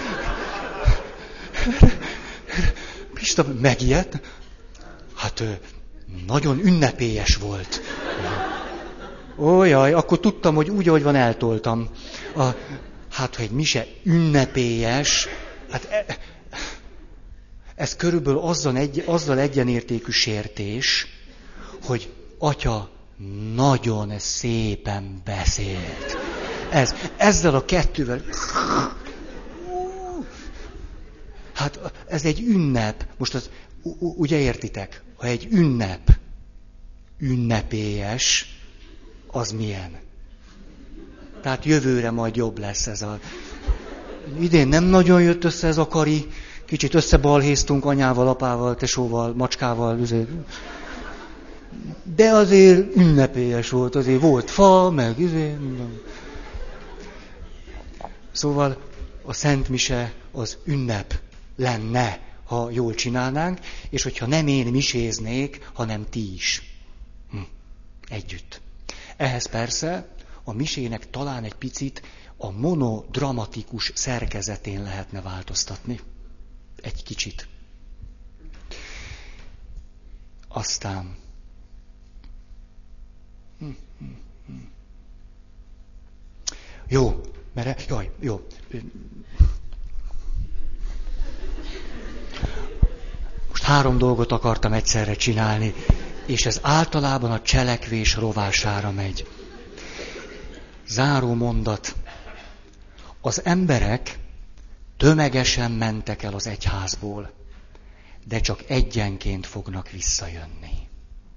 Pista megijedt? Hát nagyon ünnepélyes volt. Ó, jaj, akkor tudtam, hogy úgy, ahogy van, eltoltam. A, hát, ha egy mise ünnepélyes, hát e, ez körülbelül azzal, egy, azzal egyenértékű sértés, hogy atya nagyon szépen beszélt. Ez, ezzel a kettővel... Hát ez egy ünnep. Most az, ugye értitek? Ha egy ünnep ünnepélyes, az milyen? Tehát jövőre majd jobb lesz ez a... Idén nem nagyon jött össze ez a kari, kicsit összebalhéztunk anyával, apával, tesóval, macskával. De azért ünnepélyes volt, azért volt fa, meg azért... Szóval a Szent Mise az ünnep. lenne, ha jól csinálnánk, és hogyha nem én miséznék, hanem ti is. Hm. Együtt. Ehhez persze a misének talán egy picit a monodramatikus szerkezetén lehetne változtatni. Egy kicsit. Aztán... Hm, hm, hm. Jó, mert... Jaj, jó. Most három dolgot akartam egyszerre csinálni, és ez általában a cselekvés rovására megy. Záró mondat. Az emberek tömegesen mentek el az egyházból, de csak egyenként fognak visszajönni.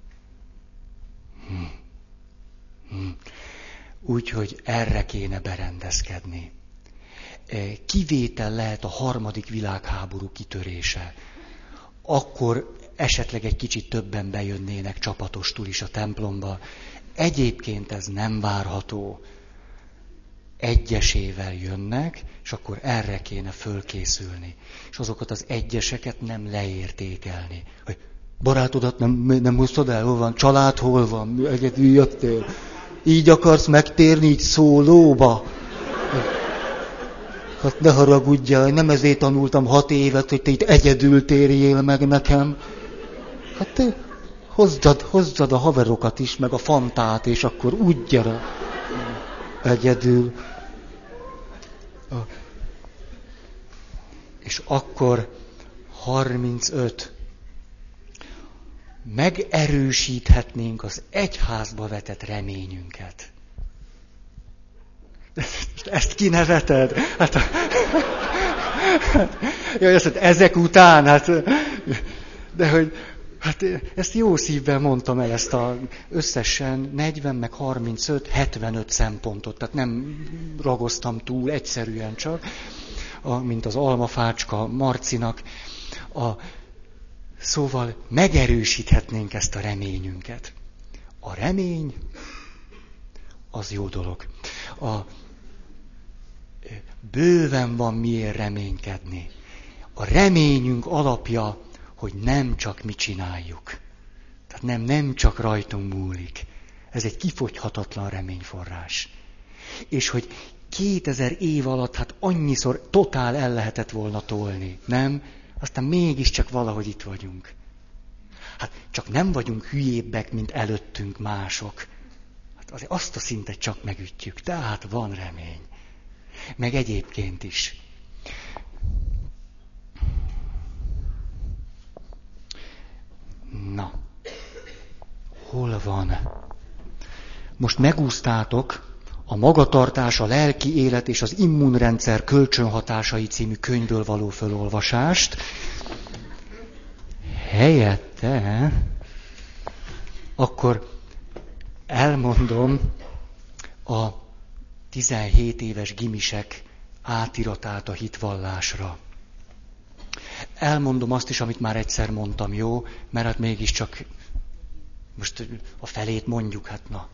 Hm. Hm. Úgyhogy erre kéne berendezkedni. Kivétel lehet a harmadik világháború kitörése. Akkor esetleg egy kicsit többen bejönnének csapatostul is a templomba. Egyébként ez nem várható. Egyesével jönnek, és akkor erre kéne fölkészülni. És azokat az egyeseket nem leértékelni. Hogy barátodat nem, nem hoztad el, hol van? Család hol van? Egyedül jöttél. Így akarsz megtérni, így szólóba? Hát ne haragudjál, nem ezért tanultam hat évet, hogy te itt egyedül térjél meg nekem. Hát te hozzad, hozzad a haverokat is, meg a fantát, és akkor úgy gyere. Egyedül. És akkor harmincöt. Megerősíthetnénk az egyházba vetett reményünket. Ezt kineveted? Hát, jaj, azt mondta, ezek után, hát, de hogy, hát ezt jó szívvel mondtam el, ezt a összesen negyven, meg harmincöt, hetvenöt szempontot, tehát nem ragoztam túl, egyszerűen csak, a, mint az almafácska Marcinak. A, szóval megerősíthetnénk ezt a reményünket. A remény, az jó dolog. A, bőven van miért reménykedni. A reményünk alapja, hogy nem csak mi csináljuk. Tehát nem, nem csak rajtunk múlik. Ez egy kifogyhatatlan reményforrás. És hogy kétezer év alatt hát annyiszor totál el lehetett volna tolni, nem? Aztán mégiscsak valahogy itt vagyunk. Hát csak nem vagyunk hülyébbek, mint előttünk mások. Hát azért azt a szintet csak megütjük, tehát van remény. Meg egyébként is. Na, hol van? Most megúsztátok a Magatartás, a lelki élet és az immunrendszer kölcsönhatásai című könyvből való fölolvasást. Helyette akkor elmondom a tizenhét éves gimisek átiratát a hitvallásra. Elmondom azt is, amit már egyszer mondtam, jó? Mert hát mégiscsak most a felét mondjuk, hát na.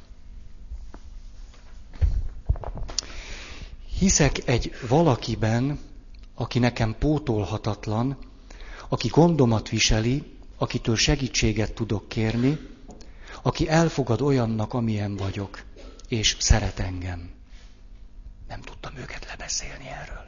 Hiszek egy valakiben, aki nekem pótolhatatlan, aki gondomat viseli, akitől segítséget tudok kérni, aki elfogad olyannak, amilyen vagyok, és szeret engem. Nem tudtam őket lebeszélni erről.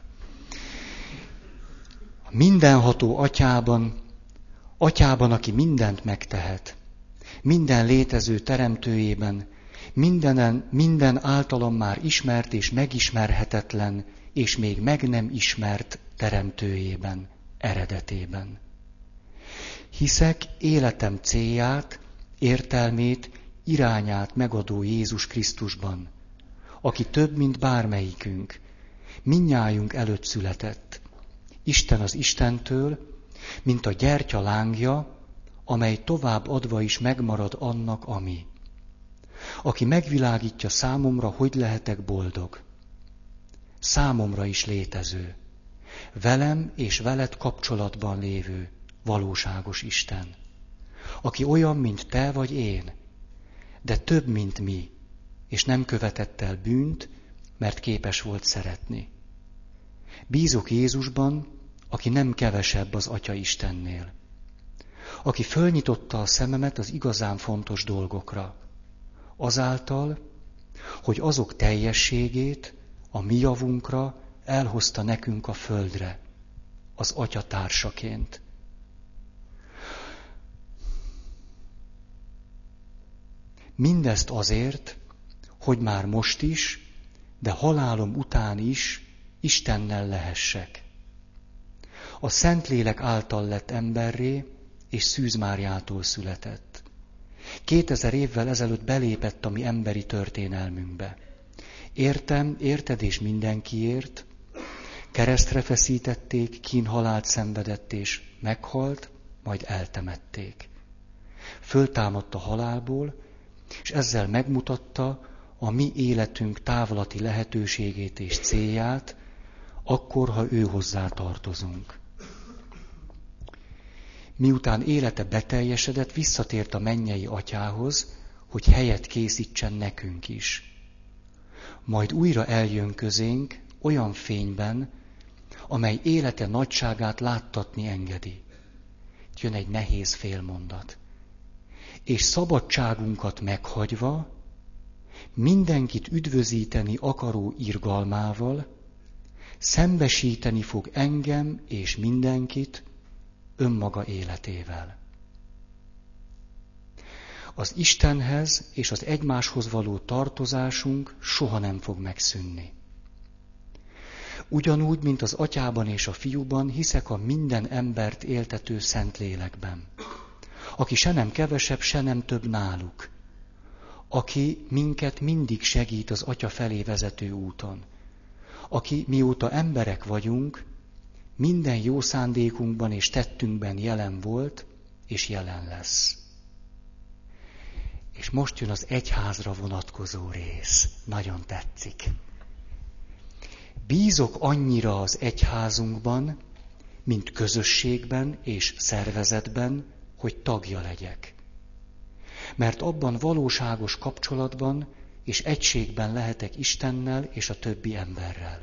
A mindenható atyában, atyában, aki mindent megtehet, minden létező teremtőjében, mindenen, minden általam már ismert és megismerhetetlen, és még meg nem ismert teremtőjében, eredetében. Hiszek életem célját, értelmét, irányát megadó Jézus Krisztusban, aki több, mint bármelyikünk, mindnyájunk előtt született. Isten az Istentől, mint a gyertya lángja, amely tovább adva is megmarad annak, ami. Aki megvilágítja számomra, hogy lehetek boldog. Számomra is létező. Velem és veled kapcsolatban lévő, valóságos Isten. Aki olyan, mint te vagy én, de több, mint mi, és nem követett el bűnt, mert képes volt szeretni. Bízok Jézusban, aki nem kevesebb az Atya Istennél. Aki fölnyitotta a szememet az igazán fontos dolgokra. Azáltal, hogy azok teljességét a mi javunkra elhozta nekünk a földre, az Atya társaként. Mindezt azért, hogy már most is, de halálom után is Istennel lehessek. A Szentlélek által lett emberré, és Szűz Máriától született. Kétezer évvel ezelőtt belépett a mi emberi történelmünkbe. Értem, érted és mindenkiért, keresztre feszítették, kínhalált szenvedett és meghalt, majd eltemették. Föltámadt a halálból, és ezzel megmutatta a mi életünk távlati lehetőségét és célját, akkor, ha ő hozzá tartozunk. Miután élete beteljesedett, visszatért a mennyei Atyához, hogy helyet készítsen nekünk is. Majd újra eljön közénk olyan fényben, amely élete nagyságát láttatni engedi. Jön egy nehéz félmondat. És szabadságunkat meghagyva, mindenkit üdvözíteni akaró irgalmával, szembesíteni fog engem és mindenkit önmaga életével. Az Istenhez és az egymáshoz való tartozásunk soha nem fog megszűnni. Ugyanúgy, mint az Atyában és a Fiúban, hiszek a minden embert éltető Szentlélekben, aki se nem kevesebb, se nem több náluk, aki minket mindig segít az Atya felé vezető úton, aki mióta emberek vagyunk, minden jó szándékunkban és tettünkben jelen volt, és jelen lesz. És most jön az egyházra vonatkozó rész. Nagyon tetszik. Bízok annyira az egyházunkban, mint közösségben és szervezetben, hogy tagja legyek. Mert abban valóságos kapcsolatban és egységben lehetek Istennel és a többi emberrel.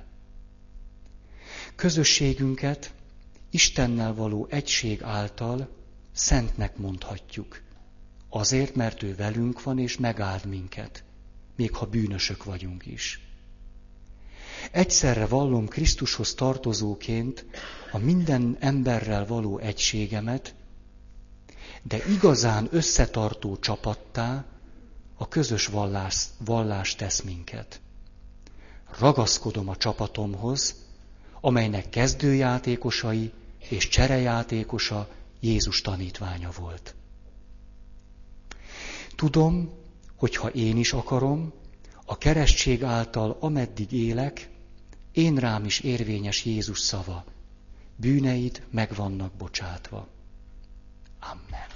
Közösségünket Istennel való egység által szentnek mondhatjuk. Azért, mert ő velünk van és megáld minket, még ha bűnösök vagyunk is. Egyszerre vallom Krisztushoz tartozóként a minden emberrel való egységemet, de igazán összetartó csapattá a közös vallás, vallás tesz minket. Ragaszkodom a csapatomhoz, amelynek kezdőjátékosai és cserejátékosa Jézus tanítványa volt. Tudom, hogy ha én is akarom, a keresztség által ameddig élek, én rám is érvényes Jézus szava. Bűneid meg vannak bocsátva. Amen.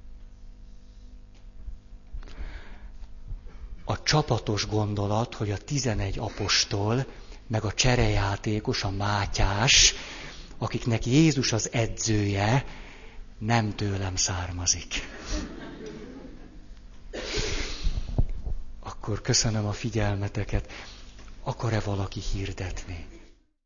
A csapatos gondolat, hogy a tizenegy apostol, meg a cserejátékos, a Mátyás, akiknek Jézus az edzője, nem tőlem származik. Akkor köszönöm a figyelmeteket. Akar-e valaki hirdetni?